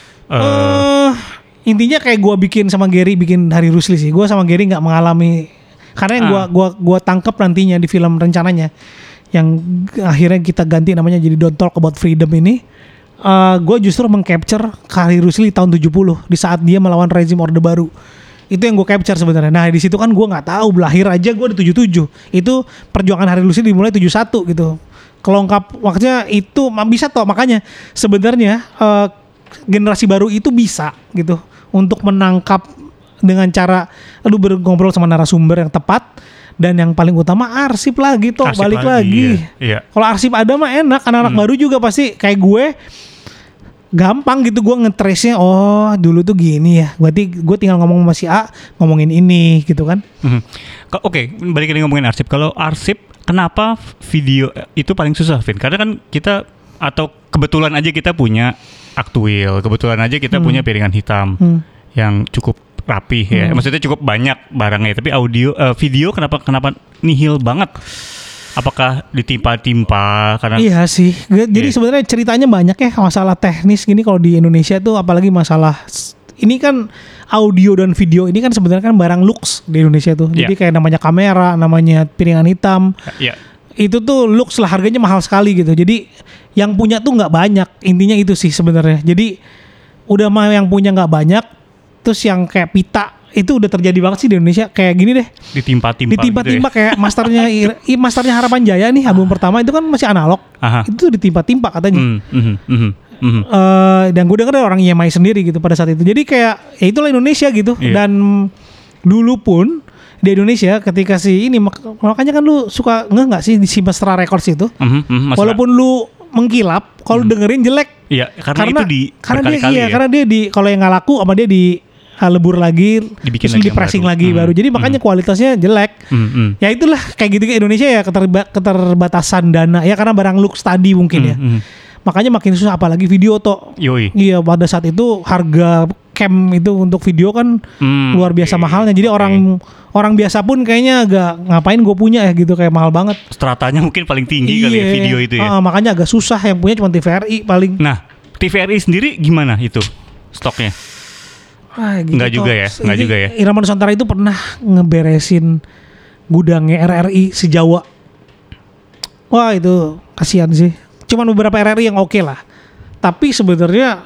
Intinya kayak gue bikin sama Gary bikin Hari Rusli sih. Gue sama Gary nggak mengalami, karena yang gua tangkap nantinya di film rencananya yang akhirnya kita ganti namanya jadi Don't Talk About Freedom ini. Gue justru mengcapture Hari Rusli tahun 70 di saat dia melawan rezim Orde Baru. Itu yang gue capture sebenarnya. Nah di situ kan gue nggak tahu, belahir aja gue di 77. Itu perjuangan Hari Rusli dimulai 71 gitu. Kelengkap waktunya itu bisa toh, makanya sebenarnya generasi baru itu bisa gitu untuk menangkap dengan cara lu ngobrol sama narasumber yang tepat, dan yang paling utama arsip lagi toh, balik lagi. Iya. Kalau arsip ada mah enak, anak-anak baru juga pasti kayak gue gampang gitu gue nge-trace-nya, oh dulu tuh gini ya. Berarti gue tinggal ngomong sama si A, ngomongin ini gitu kan. Oke, balik lagi ngomongin arsip. Kalau arsip, kenapa video itu paling susah, Vin? Karena kan kita, atau kebetulan aja kita punya aktuil, kebetulan aja kita punya piringan hitam yang cukup rapih ya. Maksudnya cukup banyak barangnya, tapi video kenapa nihil banget? Apakah ditimpa-timpa karena? Iya sih. Jadi sebenarnya ceritanya banyak ya, masalah teknis gini kalau di Indonesia tuh, apalagi masalah ini kan audio dan video ini kan sebenarnya kan barang lux di Indonesia tuh. Jadi kayak namanya kamera, namanya piringan hitam. Itu tuh lux lah, harganya mahal sekali gitu. Jadi yang punya tuh nggak banyak, intinya itu sih sebenarnya. Jadi udah mah yang punya nggak banyak, terus yang kayak pita itu udah terjadi banget sih di Indonesia, kayak gini deh. Ditimpa-timpa gitu ya? Kayak masternya Harapan Jaya nih, album pertama itu kan masih analog. Itu ditimpa-timpa katanya. Dan gue denger orang EMI sendiri gitu pada saat itu. Jadi kayak ya itulah Indonesia gitu. Dan dulu pun di Indonesia ketika ini makanya kan lu suka nggak sih di si Mesra Records itu, walaupun lu mengkilap, kalau dengerin jelek. Iya, karena itu karena dia kalau yang nggak laku sama dia di lebur lagi, terus di pressing lagi baru. Jadi makanya kualitasnya jelek. Ya itulah kayak gitu ke Indonesia ya, keterbatasan dana ya, karena barang lux tadi mungkin ya. Makanya makin susah, apalagi video toh. Iya, pada saat itu harga cam itu untuk video kan luar biasa mahalnya. Jadi orang biasa pun kayaknya agak ngapain gue punya ya gitu, kayak mahal banget. Stratanya mungkin paling tinggi kali ya video itu ya. Makanya agak susah, yang punya cuma TVRI paling. Nah, TVRI sendiri gimana itu stoknya? Gitu Enggak juga ya. Irama Nusantara itu pernah ngeberesin gudangnya RRI se-Jawa. Wah itu kasihan sih. Cuman beberapa RRI yang oke lah. Tapi sebenarnya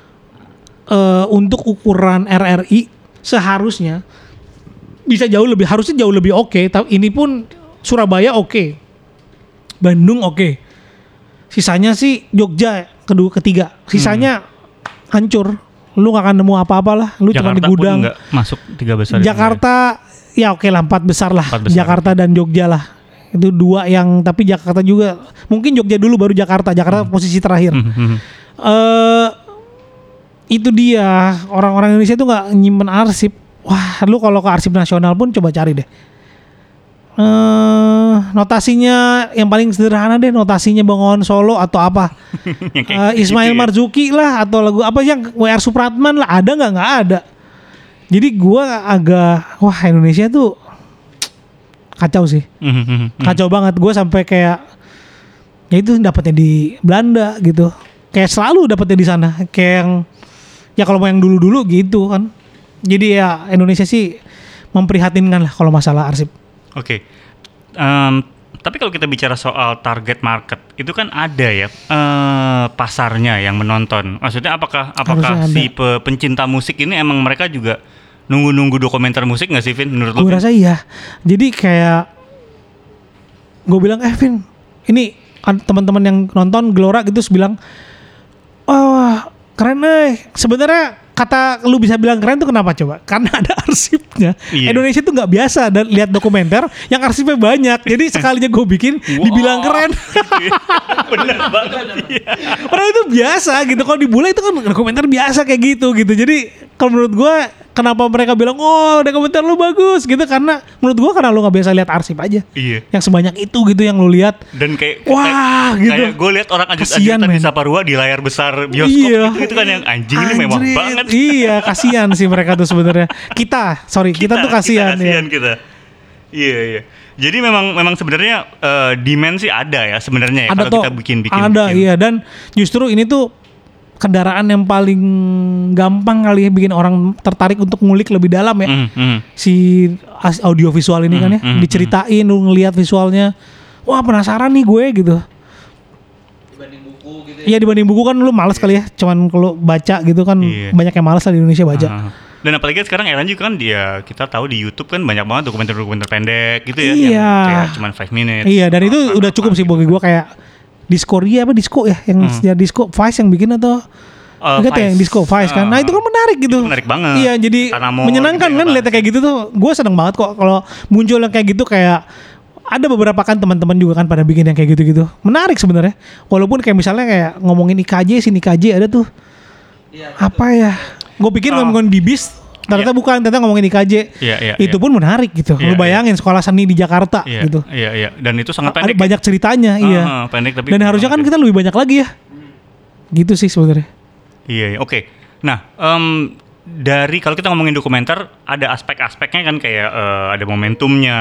untuk ukuran RRI seharusnya harusnya jauh lebih oke. Tapi ini pun Surabaya oke, Bandung oke. Sisanya sih Jogja ketiga. Sisanya hancur. Lu gak akan nemu apa-apa lah. Lu cuma di gudang. Jakarta pun gak masuk 3 besar. Jakarta ya oke lah, 4 besar lah. Jakarta dan Jogja lah. Itu 2 yang, tapi Jakarta juga. Mungkin Jogja dulu baru Jakarta. Jakarta posisi terakhir. Itu dia. Orang-orang Indonesia tuh gak nyimpen arsip. Wah, lu kalau ke arsip nasional pun coba cari deh. Notasinya yang paling sederhana deh, notasinya Bengawan Solo atau apa. Ismail gitu Marzuki lah, atau lagu apa yang W.R. Supratman lah, ada nggak ada. Jadi gue agak, wah Indonesia tuh kacau sih, kacau banget. Gue sampai kayak ya itu dapetnya di Belanda gitu, kayak selalu dapetnya di sana, kayak yang ya kalau mau yang dulu gitu kan. Jadi ya Indonesia sih memprihatinkan lah kalau masalah arsip. Oke. Tapi kalau kita bicara soal target market, itu kan ada ya pasarnya yang menonton. Maksudnya apakah si pencinta musik ini emang mereka juga nunggu dokumenter musik nggak sih, Vin? Menurut lu? Gue rasa iya. Jadi kayak gue bilang, Vin, ini teman-teman yang nonton Gelora gitu bilang, wah keren sebenarnya. Kata lu bisa bilang keren tuh kenapa coba? Karena ada arsipnya. Indonesia tuh nggak biasa dan lihat dokumenter yang arsipnya banyak. Jadi sekalinya gue bikin dibilang keren. Bener banget. Padahal itu biasa gitu. Kalau di bule itu kan dokumenter biasa kayak gitu. Jadi kalau menurut gue kenapa mereka bilang dokumenter lu bagus gitu, karena menurut gue karena lu nggak biasa lihat arsip aja. Yang sebanyak itu gitu yang lu lihat. Dan kayak gitu. Kayak gue lihat orang ajut-ajutan di Saparua di layar besar bioskop itu kan yang anjing ini mewah banget. Iya, kasihan sih mereka tuh sebenarnya. Kita tuh kasihan. Kita. Iya. Jadi memang sebenarnya demand sih ada ya sebenarnya ya Ada kalau kita bikin. Ada, iya. Dan justru ini tuh kendaraan yang paling gampang kali ya bikin orang tertarik untuk ngulik lebih dalam ya. Si audio visual ini kan ya, diceritain lu ngelihat visualnya. Wah, penasaran nih gue gitu. Dibanding buku gitu ya. Iya, dibanding buku kan lu malas kali ya. Cuman kalau baca gitu kan banyak yang malas lah di Indonesia baca. Dan apalagi sekarang Ellen juga kan kita tahu di YouTube kan banyak banget dokumenter-dokumenter pendek gitu ya. Iya. Yang kayak cuman 5 minutes. Iya, dan itu udah cukup sih bagi gue. Kayak Disco ya yang sejarah Disco Vice yang bikin atau enggak tuh yang Disco Vice kan. Nah, itu kan menarik gitu. Itu menarik banget. Iya, jadi menyenangkan kan lihatnya kayak gitu tuh. Gue seneng banget kok kalau muncul yang kayak gitu. Kayak ada beberapa kan teman-teman juga kan pada bikin yang kayak gitu-gitu. Menarik sebenarnya. Walaupun kayak misalnya kayak ngomongin IKJ ada tuh. Iya, Apa ya? Gue pikir ngomongin Bibis, ternyata bukan, ternyata ngomongin IKJ. Itu pun menarik gitu. Lu bayangin sekolah seni di Jakarta gitu. Iya. Dan itu sangat Ada pendek. banyak ceritanya, iya. Pendek tapi. Dan harusnya kan kita lebih banyak lagi ya. Gitu sih sebenarnya. Iya. Oke. Nah, dari kalau kita ngomongin dokumenter, ada aspek-aspeknya kan kayak ada momentumnya,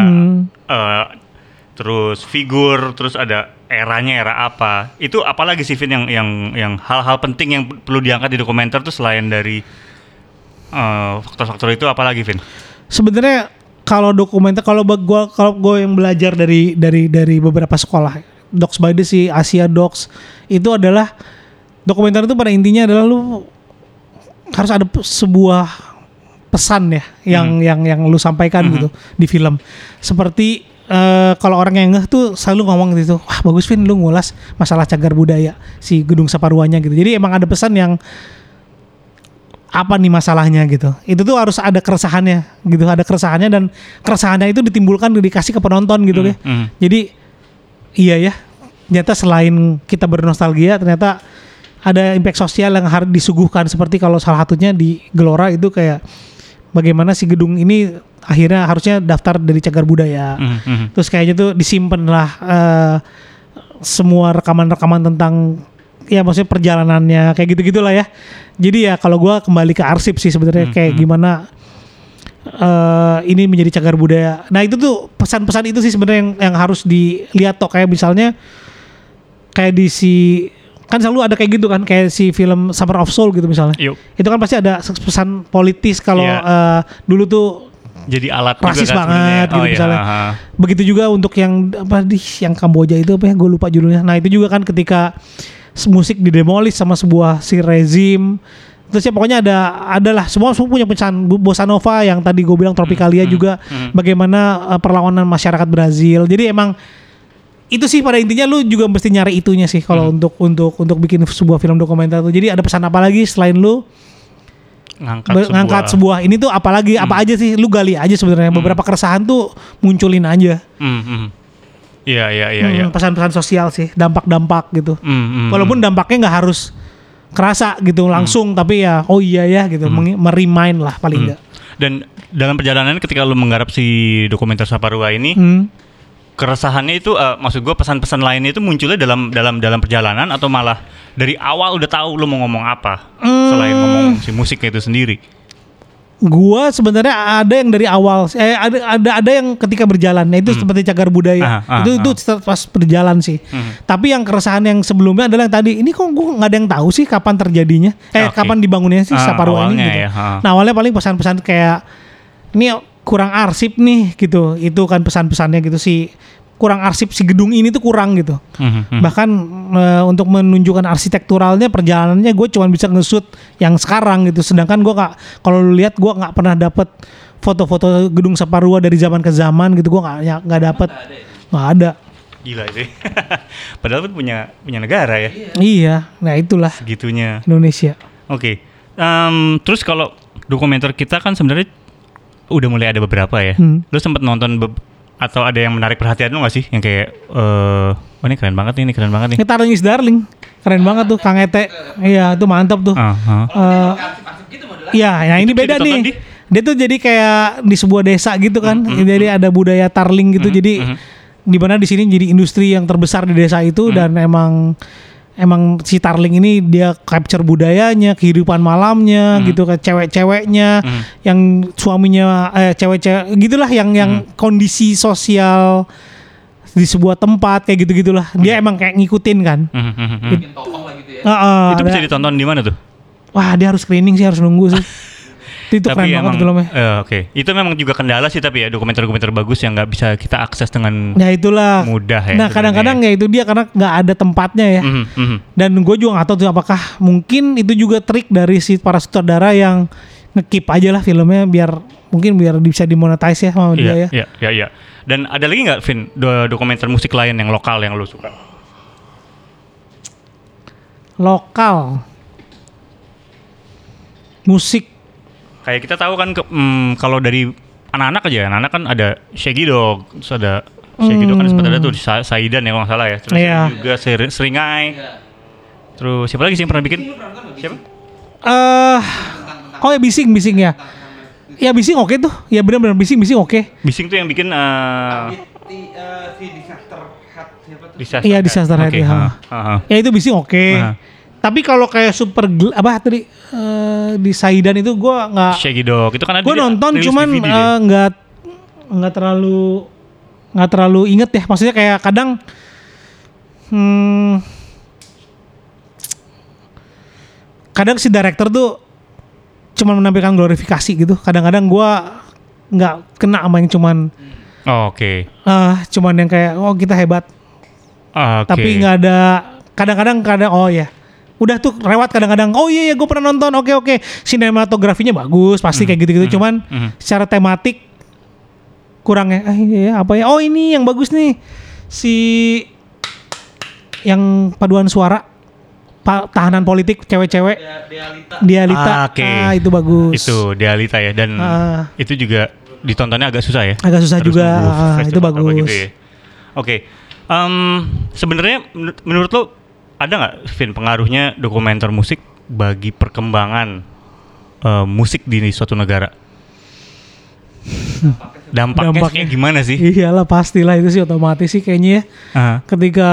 terus figur, terus ada eranya, era apa. Itu apalagi sih Vin yang hal-hal penting yang perlu diangkat di dokumenter tuh selain dari faktor-faktor itu, apalagi Vin? Sebenarnya kalau dokumenter, kalau gue yang belajar dari beberapa sekolah, Docs by the Sea, Asia Docs, itu adalah dokumenter itu pada intinya adalah lu harus ada sebuah pesan ya yang lu sampaikan gitu di film. Seperti kalau orang yang ngeh tuh selalu ngomong gitu, wah bagus Vin lu ngulas masalah cagar budaya si Gedung Saparwanya gitu. Jadi emang ada pesan yang apa nih masalahnya gitu. Itu tuh harus ada keresahannya gitu, ada keresahannya, dan keresahannya itu ditimbulkan dikasih ke penonton gitu ya. Jadi iya ya, ternyata selain kita bernostalgia, ternyata ada impact sosial yang harus disuguhkan. Seperti kalau salah satunya di Gelora itu kayak bagaimana si gedung ini akhirnya harusnya daftar dari cagar budaya. Terus kayaknya tuh disimpan lah semua rekaman-rekaman tentang ya maksudnya perjalanannya kayak gitu-gitulah ya. Jadi ya kalau gue kembali ke arsip sih sebenarnya kayak gimana ini menjadi cagar budaya. Nah itu tuh pesan-pesan itu sih sebenarnya yang harus dilihat toh. Kayak misalnya kayak di kan selalu ada kayak gitu kan, kayak si film Summer of Soul gitu misalnya. Itu kan pasti ada pesan politis kalau dulu tuh jadi alat rasis juga kan banget gitu misalnya. Begitu juga untuk yang yang Kamboja itu apa ya, gue lupa judulnya. Nah itu juga kan ketika musik didemolis sama sebuah si rezim. Terus ya pokoknya adalah semua punya pesan. Bossa Nova yang tadi gue bilang, Tropicalia juga bagaimana perlawanan masyarakat Brazil. Jadi emang itu sih pada intinya lu juga mesti nyari itunya sih kalau untuk bikin sebuah film dokumenter tuh. Jadi ada pesan apa lagi selain lu ngangkat sebuah ini tuh, apalagi apa aja sih lu gali aja sebenarnya. Beberapa keresahan tuh munculin aja. Iya. Pesan-pesan sosial sih, dampak-dampak gitu. Walaupun dampaknya nggak harus kerasa gitu langsung, tapi ya oh iya ya gitu, merimain lah paling enggak. Dan dalam perjalanan ketika lu menggarap si dokumenter Saparua ini, keresahannya itu maksud gue pesan-pesan lainnya itu munculnya dalam perjalanan, atau malah dari awal udah tahu lu mau ngomong apa selain ngomong si musiknya itu sendiri? Gua sebenarnya ada yang dari awal, ada yang ketika berjalan, itu seperti cagar budaya. Itu pas berjalan sih. Tapi yang keresahan yang sebelumnya adalah yang tadi, ini kok gua nggak ada yang tahu sih kapan terjadinya, kapan dibangunnya sih Saparua ini gitu. Nah awalnya paling pesan-pesan kayak ini kurang arsip nih gitu. Itu kan pesan-pesannya gitu sih. Kurang arsip si gedung ini tuh kurang gitu. Bahkan untuk menunjukkan arsitekturalnya, perjalanannya gue cuma bisa nge-shoot yang sekarang gitu. Sedangkan gue nggak, kalau lu lihat gue nggak pernah dapet foto-foto gedung Saparua dari zaman ke zaman gitu. Gue nggak dapet, nggak ada. Gila itu. Padahal pun punya negara ya. Iya, nah itulah. Segitunya. Indonesia. Oke. Terus kalau dokumenter kita kan sebenarnya udah mulai ada beberapa ya. Lu sempet nonton atau ada yang menarik perhatian lu gak sih? Yang kayak oh ini keren banget nih, ini keren banget nih. Ini Tarling is Darling. Keren banget tuh Kang Ete. Iya, itu mantap tuh. Iya, nah ini beda nih. Dia tuh jadi kayak di sebuah desa gitu kan. Jadi ada budaya Tarling gitu. Jadi di mana di sini jadi industri yang terbesar di desa itu, dan emang emang si Tarling ini dia capture budayanya, kehidupan malamnya gitu kan, cewek-ceweknya yang suaminya cewek-cewek gitulah yang kondisi sosial di sebuah tempat kayak gitu-gitulah. Dia emang kayak ngikutin kan. Bikin tokoh lah gitu ya. Itu bisa ditonton di mana tuh? Wah, dia harus screening sih, harus nunggu sih. Itu keren banget filmnya. Oke. Itu memang juga kendala sih tapi ya dokumenter-dokumenter bagus yang nggak bisa kita akses dengan itulah mudah ya. Nah kadang-kadang ya itu dia karena nggak ada tempatnya ya. Dan gue juga nggak tahu tuh apakah mungkin itu juga trik dari si para sutradara yang nge-keep aja lah filmnya biar bisa dimonetize ya sama dia ya. Iya. Dan ada lagi nggak Vin dokumenter musik lain yang lokal yang lo suka? Lokal musik. Kayak kita tahu kan kalau dari anak-anak anak kan ada Shaggy Dog, terus ada Shaggy Dog kan sempat ada tuh di Saidan ya kalau nggak salah ya. Terus juga Seringai. Terus siapa lagi sih yang pernah bikin? Siapa? Oh ya Bising ya. Ya Bising oke tuh. Ya benar-benar Bising oke. Bising tuh yang bikin Iya Disaster Head. Ya itu Bising oke. Tapi kalau kayak di Saidan itu gue nggak. Shaggy Dog itu kan ada. Gue nonton cuman nggak terlalu inget ya. Maksudnya kayak kadang si director tuh cuman menampilkan glorifikasi gitu. Kadang-kadang gue nggak kena sama yang cuman. Oke. Cuman yang kayak kita hebat. Tapi nggak ada. Kadang-kadang udah tuh lewat kadang-kadang gue pernah nonton oke sinematografinya bagus pasti kayak gitu-gitu cuman secara tematik kurang ya ini yang bagus nih si yang paduan suara tahanan politik cewek-cewek Dialita itu bagus itu Dialita ya dan itu juga ditontonnya agak susah ya juga itu bagus gitu ya. Oke. Sebenarnya menurut lo ada nggak, Vin, pengaruhnya dokumenter musik bagi perkembangan musik di suatu negara? Dampaknya kayak gimana sih? Iyalah pastilah itu sih otomatis sih kayaknya ya. Ketika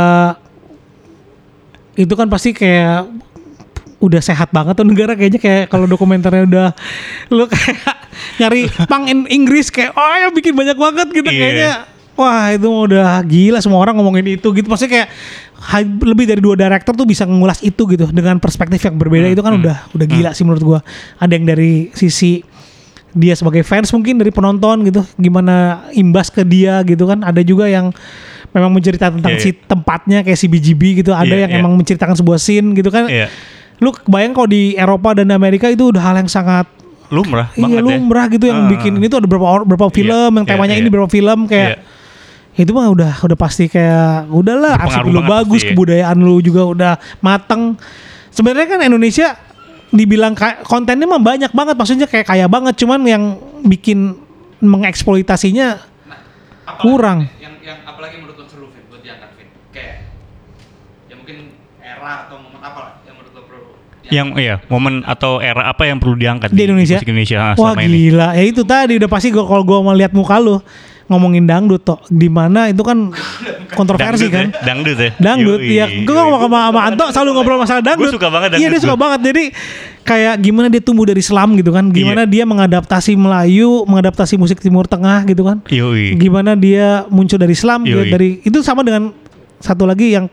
itu kan pasti kayak udah sehat banget tuh negara kayaknya kayak kalau dokumenternya udah lu kayak nyari pang Inggris kayak yang bikin banyak banget gitu kayaknya. Wah itu udah gila semua orang ngomongin itu gitu. Maksudnya kayak lebih dari 2 director tuh bisa ngulas itu gitu dengan perspektif yang berbeda itu kan udah gila sih menurut gua. Ada yang dari sisi dia sebagai fans mungkin dari penonton gitu gimana imbas ke dia gitu kan. Ada juga yang memang menceritakan tentang si tempatnya kayak si BGB gitu. Ada yang emang menceritakan sebuah scene gitu kan. Lu kebayang kalau di Eropa dan Amerika itu udah hal yang sangat lumrah banget lumrah gitu yang bikin ini tuh ada berapa film yang temanya ini berapa film kayak itu mah udah pasti kayak udahlah arsip lu bagus kebudayaan lu juga udah mateng. Sebenarnya kan Indonesia dibilang kontennya mah banyak banget maksudnya kayak kaya banget cuman yang bikin mengeksploitasinya kurang. Yang apalagi menurut lo seru Vin buat diangkat Vin kayak ya mungkin era atau momen apa lah yang menurut lo perlu momen atau era apa yang perlu diangkat di Indonesia? Musik Indonesia wah gila ya itu tadi udah pasti kalau gue mau lihat muka lu ngomongin dangdut toh di mana itu kan kontroversi kan dangdut ya gue ngomong sama Anto selalu ngobrol masalah dangdut. Gue suka banget dangdut. Iya dia suka banget jadi kayak gimana dia tumbuh dari Islam gitu kan gimana dia mengadaptasi Melayu mengadaptasi musik Timur Tengah gitu kan gimana dia muncul dari Islam dari itu sama dengan satu lagi yang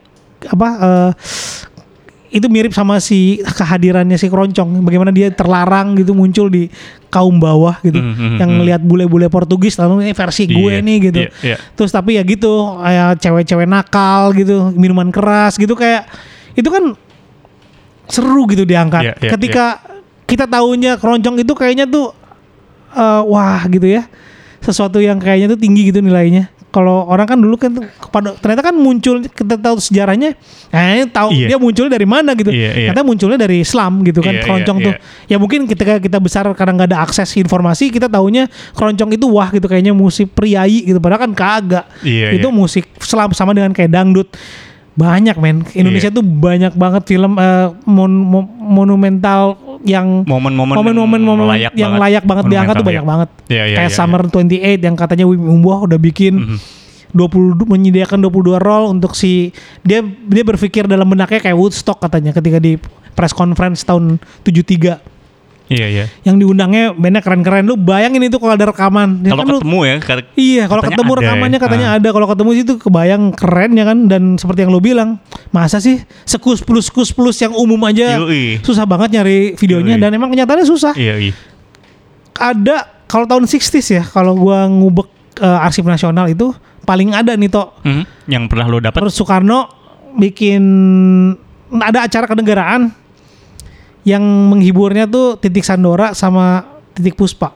itu mirip sama si kehadirannya si Keroncong bagaimana dia terlarang gitu muncul di kaum bawah gitu yang ngelihat bule-bule Portugis lalu ini versi gue nih gitu terus tapi ya gitu kayak cewek-cewek nakal gitu minuman keras gitu kayak itu kan seru gitu diangkat ketika kita tahunya Keroncong itu kayaknya tuh wah gitu ya sesuatu yang kayaknya tuh tinggi gitu nilainya. Kalau orang kan dulu kan ternyata kan muncul kita tahu sejarahnya, dia munculnya dari mana gitu. Ternyata munculnya dari Islam gitu kan Keroncong tuh. Ya mungkin ketika kita besar karena nggak ada akses informasi kita taunya Keroncong itu wah gitu kayaknya musik priai gitu padahal kan kagak. Itu musik Islam sama dengan kayak dangdut. Banyak men Indonesia tuh banyak banget film monumental yang momen-momen layak banget diangkat tuh banyak banget. Kayak Summer 28 yang katanya Wim Umboh udah bikin menyediakan 22 role untuk si dia berpikir dalam benaknya kayak Woodstock katanya ketika di press conference tahun 73. Iya. Yang diundangnya bandnya keren-keren. Lu bayangin itu kalau ada rekaman. Kalau kan ketemu ya. Iya, kalau ketemu rekamannya katanya ada. Kalau ketemu situ kebayang keren ya kan. Dan seperti yang lu bilang, masa sih sekus plus yang umum aja susah banget nyari videonya. Dan emang kenyataannya susah. Iya. Ada kalau tahun 60s ya, kalau gua ngubek arsip nasional itu paling ada nih Tok. Yang pernah lo dapat. Terus Soekarno bikin ada acara kenegaraan yang menghiburnya tuh Titik Sandora sama Titik Puspa.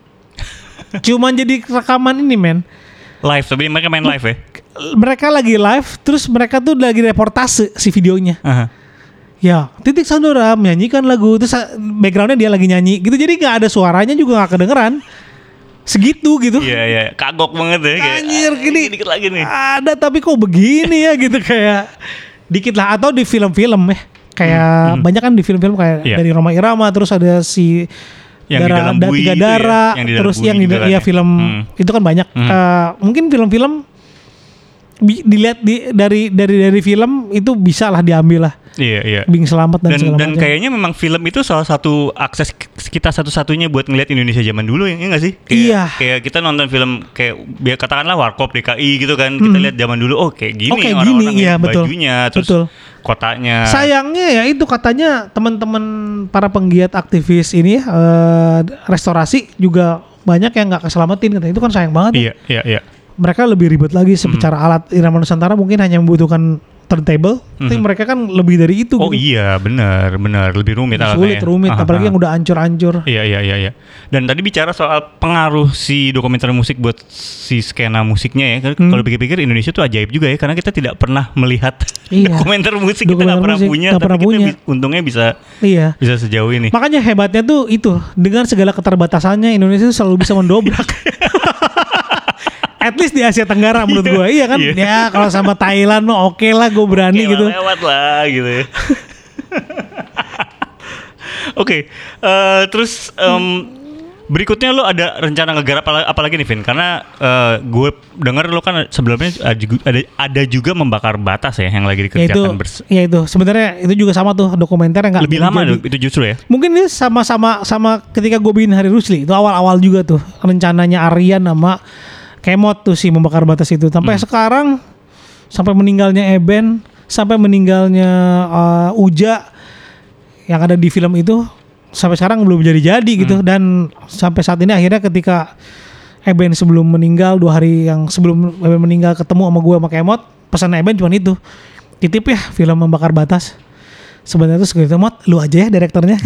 Cuman jadi rekaman ini men. Live, tapi mereka main live ya? Mereka lagi live, terus mereka tuh lagi reportase si videonya. Ya, Titik Sandora menyanyikan lagu, terus backgroundnya dia lagi nyanyi gitu. Jadi gak ada suaranya juga gak kedengeran. Segitu gitu. Iya, kagok banget ya. Anjir gini. Dikit lagi nih. Ada tapi kok begini ya gitu kayak. Dikit lah, atau di film-film ya. Kayak banyak kan di film-film kayak dari Rhoma Irama, terus ada si yang Dara, di dalam bui Tiga itu Dara, ya? terus yang di film itu kan banyak. Mungkin film-film dilihat dari film itu bisa lah diambil lah. Iya. Bing Selamat dan segala macam. Dan kayaknya memang film itu salah satu akses kita satu-satunya buat ngeliat Indonesia zaman dulu ya nggak sih? Kayak kita nonton film kayak katakanlah Warkop DKI gitu kan, kita lihat zaman dulu kayak gini orang-orang ya, bajunya, terus kotanya. Sayangnya ya itu katanya teman-teman para penggiat aktivis ini restorasi juga banyak yang nggak keselamatin katanya. Itu kan sayang banget. Iya. Mereka lebih ribet lagi secara alat. Irama Nusantara mungkin hanya membutuhkan turntable, tapi mereka kan lebih dari itu. Iya benar lebih rumit alatnya. Rumit apalagi yang udah hancur-hancur. Iya. Dan tadi bicara soal pengaruh si dokumenter musik buat si skena musiknya ya. Kalau pikir-pikir Indonesia tuh ajaib juga ya, karena kita tidak pernah melihat dokumenter musik, kita nggak pernah punya, tapi kita untungnya bisa sejauh ini. Makanya hebatnya tuh itu, dengan segala keterbatasannya Indonesia tuh selalu bisa mendobrak. At least di Asia Tenggara menurut gue. Iya kan. Ya kalau sama Thailand mah oke lah, gue berani gitu. Lewat lah gitu ya. Oke. Terus berikutnya lo ada rencana ngegarap apalagi nih Vin? Karena gue dengar lo kan sebelumnya ada juga Membakar Batas ya yang lagi dikerjakan. Ya itu sebenarnya itu juga sama tuh, dokumenter yang nggak lebih lama itu justru ya. Mungkin ini sama ketika gue bikin Hari Rusli itu awal-awal juga tuh rencananya Aryan sama Kemot tuh si Membakar Batas itu sampai sekarang, sampai meninggalnya Eben, sampai meninggalnya Uja yang ada di film itu, sampai sekarang belum jadi gitu. Dan sampai saat ini akhirnya ketika Eben sebelum meninggal, 2 hari yang sebelum Eben meninggal ketemu sama gue sama Kemot, pesan Eben cuma itu, titip ya film Membakar Batas. Sebenarnya tuh segitu, Mot lu aja ya direkturnya.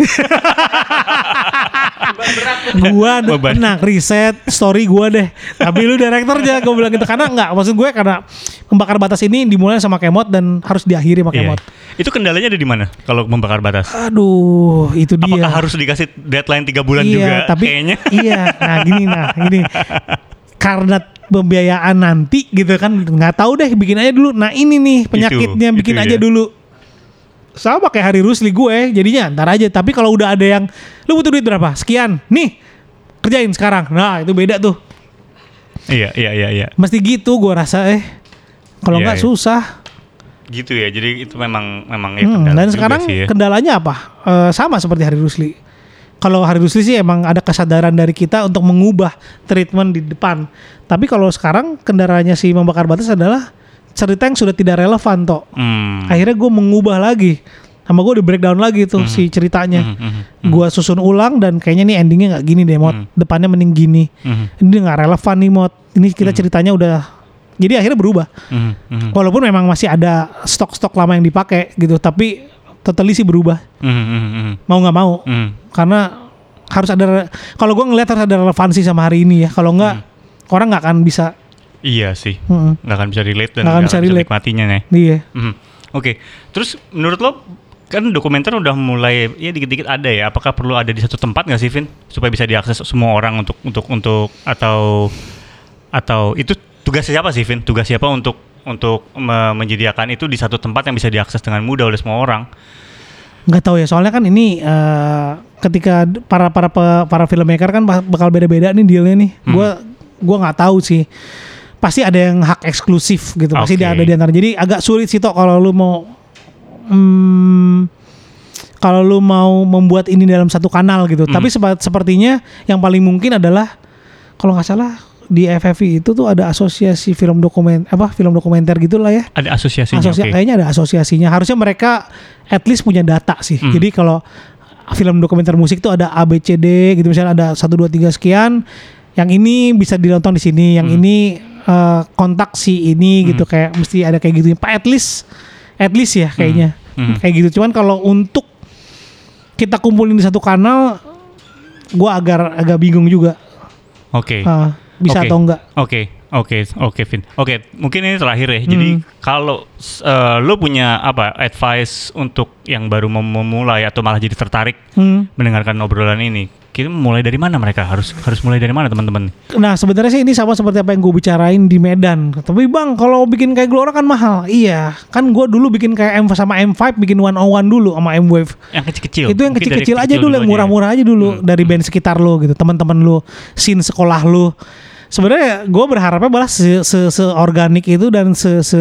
Gua enak riset story gua deh, tapi lu direkturnya, gue bilang gitu. Karena maksud gue karena Membakar Batas ini dimulai sama Kemot dan harus diakhiri sama Kemot. Itu kendalanya ada di mana kalau Membakar Batas? Aduh, itu dia. Apakah harus dikasih deadline 3 bulan juga? Tapi kayaknya. Iya, gini. Karena pembiayaan nanti gitu kan, nggak tahu deh, bikin aja dulu. Nah ini nih penyakitnya, bikin aja dulu. Sama kayak Hari Rusli gue, jadinya ntar aja. Tapi kalau udah ada yang, lu butuh duit berapa? Sekian, nih kerjain sekarang. Nah itu beda tuh. Iya. Mesti gitu gue rasa kalau nggak susah. Gitu ya, jadi itu memang ya kendala. Dan sekarang kendalanya apa? Sama seperti Hari Rusli. Kalau Hari Rusli sih emang ada kesadaran dari kita untuk mengubah treatment di depan. Tapi kalau sekarang kendalanya si Membakar Batas adalah cerita yang sudah tidak relevan toh. Akhirnya gue mengubah lagi, sama gue di breakdown lagi tuh si ceritanya. Gue susun ulang dan kayaknya nih endingnya nggak gini deh Mot. Depannya mending gini. Ini nggak relevan nih Mot. Ini kita ceritanya udah. Jadi akhirnya berubah. Walaupun memang masih ada stok-stok lama yang dipakai gitu, tapi totally sih berubah. Mau nggak mau. Karena harus ada. Kalau gue ngeliat harus ada relevansi sama hari ini ya. Kalau nggak orang nggak akan bisa. Iya sih, nggak akan bisa relate dan nggak akan bisa nikmatinya nih. Iya. Oke. Terus menurut lo kan dokumenter udah mulai ya dikit-dikit ada ya. Apakah perlu ada di satu tempat nggak sih Vin supaya bisa diakses semua orang untuk atau itu tugasnya siapa sih Vin? Tugas siapa untuk menyediakan itu di satu tempat yang bisa diakses dengan mudah oleh semua orang? Nggak tahu ya, soalnya kan ini ketika para filmmaker kan bakal beda-beda nih dealnya nih. Gue nggak tahu sih. pasti ada yang hak eksklusif gitu. Pasti Oke. ada di antara. Jadi agak sulit sih Tok kalau lu mau membuat ini dalam satu kanal gitu. Tapi sepertinya yang paling mungkin adalah kalau nggak salah di FFI itu tuh ada asosiasi film dokumenter gitulah ya. Ada asosiasinya. Oke. Kayaknya ada asosiasinya. Harusnya mereka at least punya data sih. Jadi kalau film dokumenter musik tuh ada ABCD gitu, misalnya ada 1 2 3 sekian. Yang ini bisa ditonton di sini, yang ini kontak si ini gitu, kayak mesti ada kayak gitu. Pak at least ya kayaknya. Kayak gitu. Cuman kalau untuk kita kumpulin di satu kanal, gua agak bingung juga. Oke. Bisa atau enggak? Oke, Vin. Oke, mungkin ini terakhir ya. Jadi kalau lo punya advice untuk yang baru memulai atau malah jadi tertarik mendengarkan obrolan ini, kita mulai dari mana mereka? Harus mulai dari mana teman-teman? Nah sebenarnya sih ini sama seperti apa yang gue bicarain di Medan. Tapi bang, kalau bikin kayak Glora kan mahal. Iya, kan gue dulu bikin kayak sama M5, bikin 101 dulu sama M-Wave. Yang kecil-kecil. Itu yang Mungkin kecil-kecil dari aja dulu, yang murah-murah aja dulu dari band sekitar lo gitu, teman-teman lo, scene sekolah lo. Sebenarnya gue berharapnya malah se-organik itu dan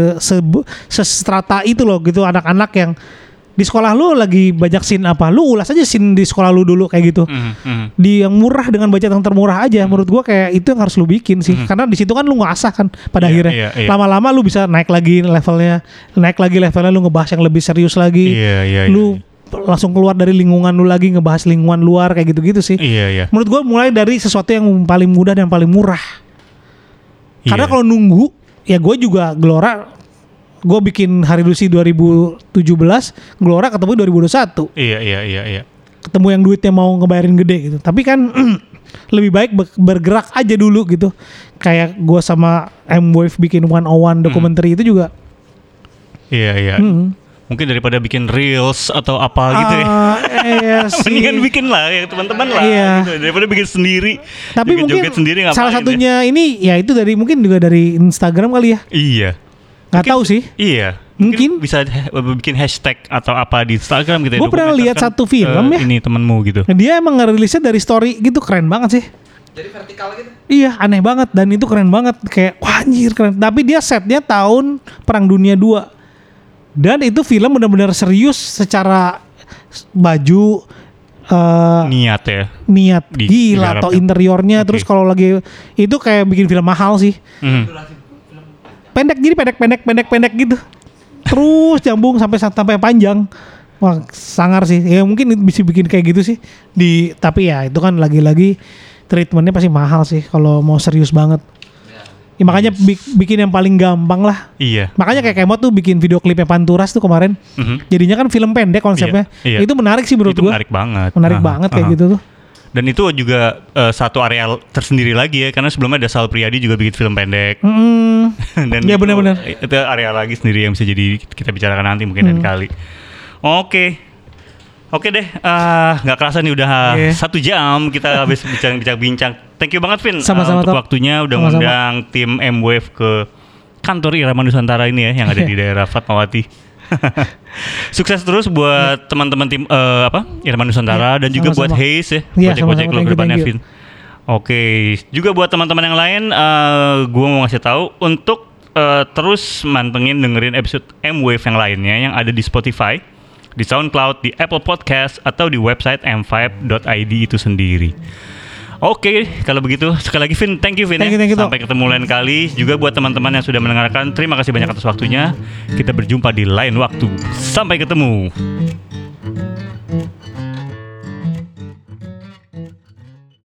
se-strata itu loh gitu, anak-anak yang di sekolah lu lagi banyak scene apa, lu ulas aja scene di sekolah lu dulu kayak gitu. Di yang murah dengan budget yang termurah aja, menurut gue kayak itu yang harus lu bikin sih. Karena di situ kan lu ngasah kan pada akhirnya. Lama-lama lu bisa naik lagi levelnya, lu ngebahas yang lebih serius lagi. Lu langsung keluar dari lingkungan lu lagi, ngebahas lingkungan luar kayak gitu-gitu sih. Menurut gue mulai dari sesuatu yang paling mudah dan paling murah. Karena kalau nunggu, ya gue juga Glora, gue bikin Hari Lucy 2017, Glora ketemu 2021. Iya. Ketemu yang duitnya mau ngebayarin gede gitu. Tapi kan lebih baik bergerak aja dulu gitu. Kayak gue sama M-Wave bikin 101 dokumenter itu juga. Iya. Mungkin daripada bikin reels atau apa gitu ya. Mendingan bikin lah ya teman-teman lah. Gitu. Daripada bikin sendiri. Tapi mungkin sendiri salah satunya ini ya itu dari mungkin juga dari Instagram kali ya. Iya. Nggak tahu sih. Iya. Mungkin bisa bikin hashtag atau apa di Instagram gitu ya. Gue pernah lihat satu film ya. Ini temenmu gitu. Dia emang ngerilisnya dari story gitu, keren banget sih. Jadi vertikal gitu. Iya, aneh banget dan itu keren banget, kayak wah anjir keren. Tapi dia setnya tahun Perang Dunia 2. Dan itu film benar-benar serius secara baju, niat ya. Gila atau interiornya. Terus kalau lagi itu kayak bikin film mahal sih. Pendek gitu. Terus nyambung sampai panjang. Wah, sangar sih. Ya mungkin bisa bikin kayak gitu sih. Tapi ya itu kan lagi-lagi treatmentnya pasti mahal sih kalau mau serius banget. Ya, makanya bikin yang paling gampang lah. Iya. Makanya kayak Kemot tuh bikin video klipnya Panturas tuh kemarin. Jadinya kan film pendek konsepnya. Iya. Itu menarik sih menurut gue. Itu menarik banget. Menarik banget kayak gitu tuh. Dan itu juga satu area tersendiri lagi ya, karena sebelumnya ada Sal Priadi juga bikin film pendek. Dan ya benar-benar. Itu area lagi sendiri yang bisa jadi kita bicarakan nanti mungkin lain kali. Oke deh, nggak kerasa nih udah 1 jam kita habis bincang-bincang. Thank you banget Vin untuk waktunya udah ngundang tim M-Wave ke kantor Irama Nusantara ini ya yang ada di daerah Fatmawati. Sukses terus buat teman-teman tim Irama Nusantara dan juga buat Hayes ya, project-project lo ke depannya Vin. Oke, juga buat teman-teman yang lain, gue mau ngasih tahu untuk terus mantengin dengerin episode M-Wave yang lainnya yang ada di Spotify, di SoundCloud, di Apple Podcast, atau di website m5.id itu sendiri. Oke, kalau begitu sekali lagi Vin, thank you Vin. Thank you, sampai ketemu lain kali. Juga buat teman-teman yang sudah mendengarkan, terima kasih banyak atas waktunya. Kita berjumpa di lain waktu. Sampai ketemu.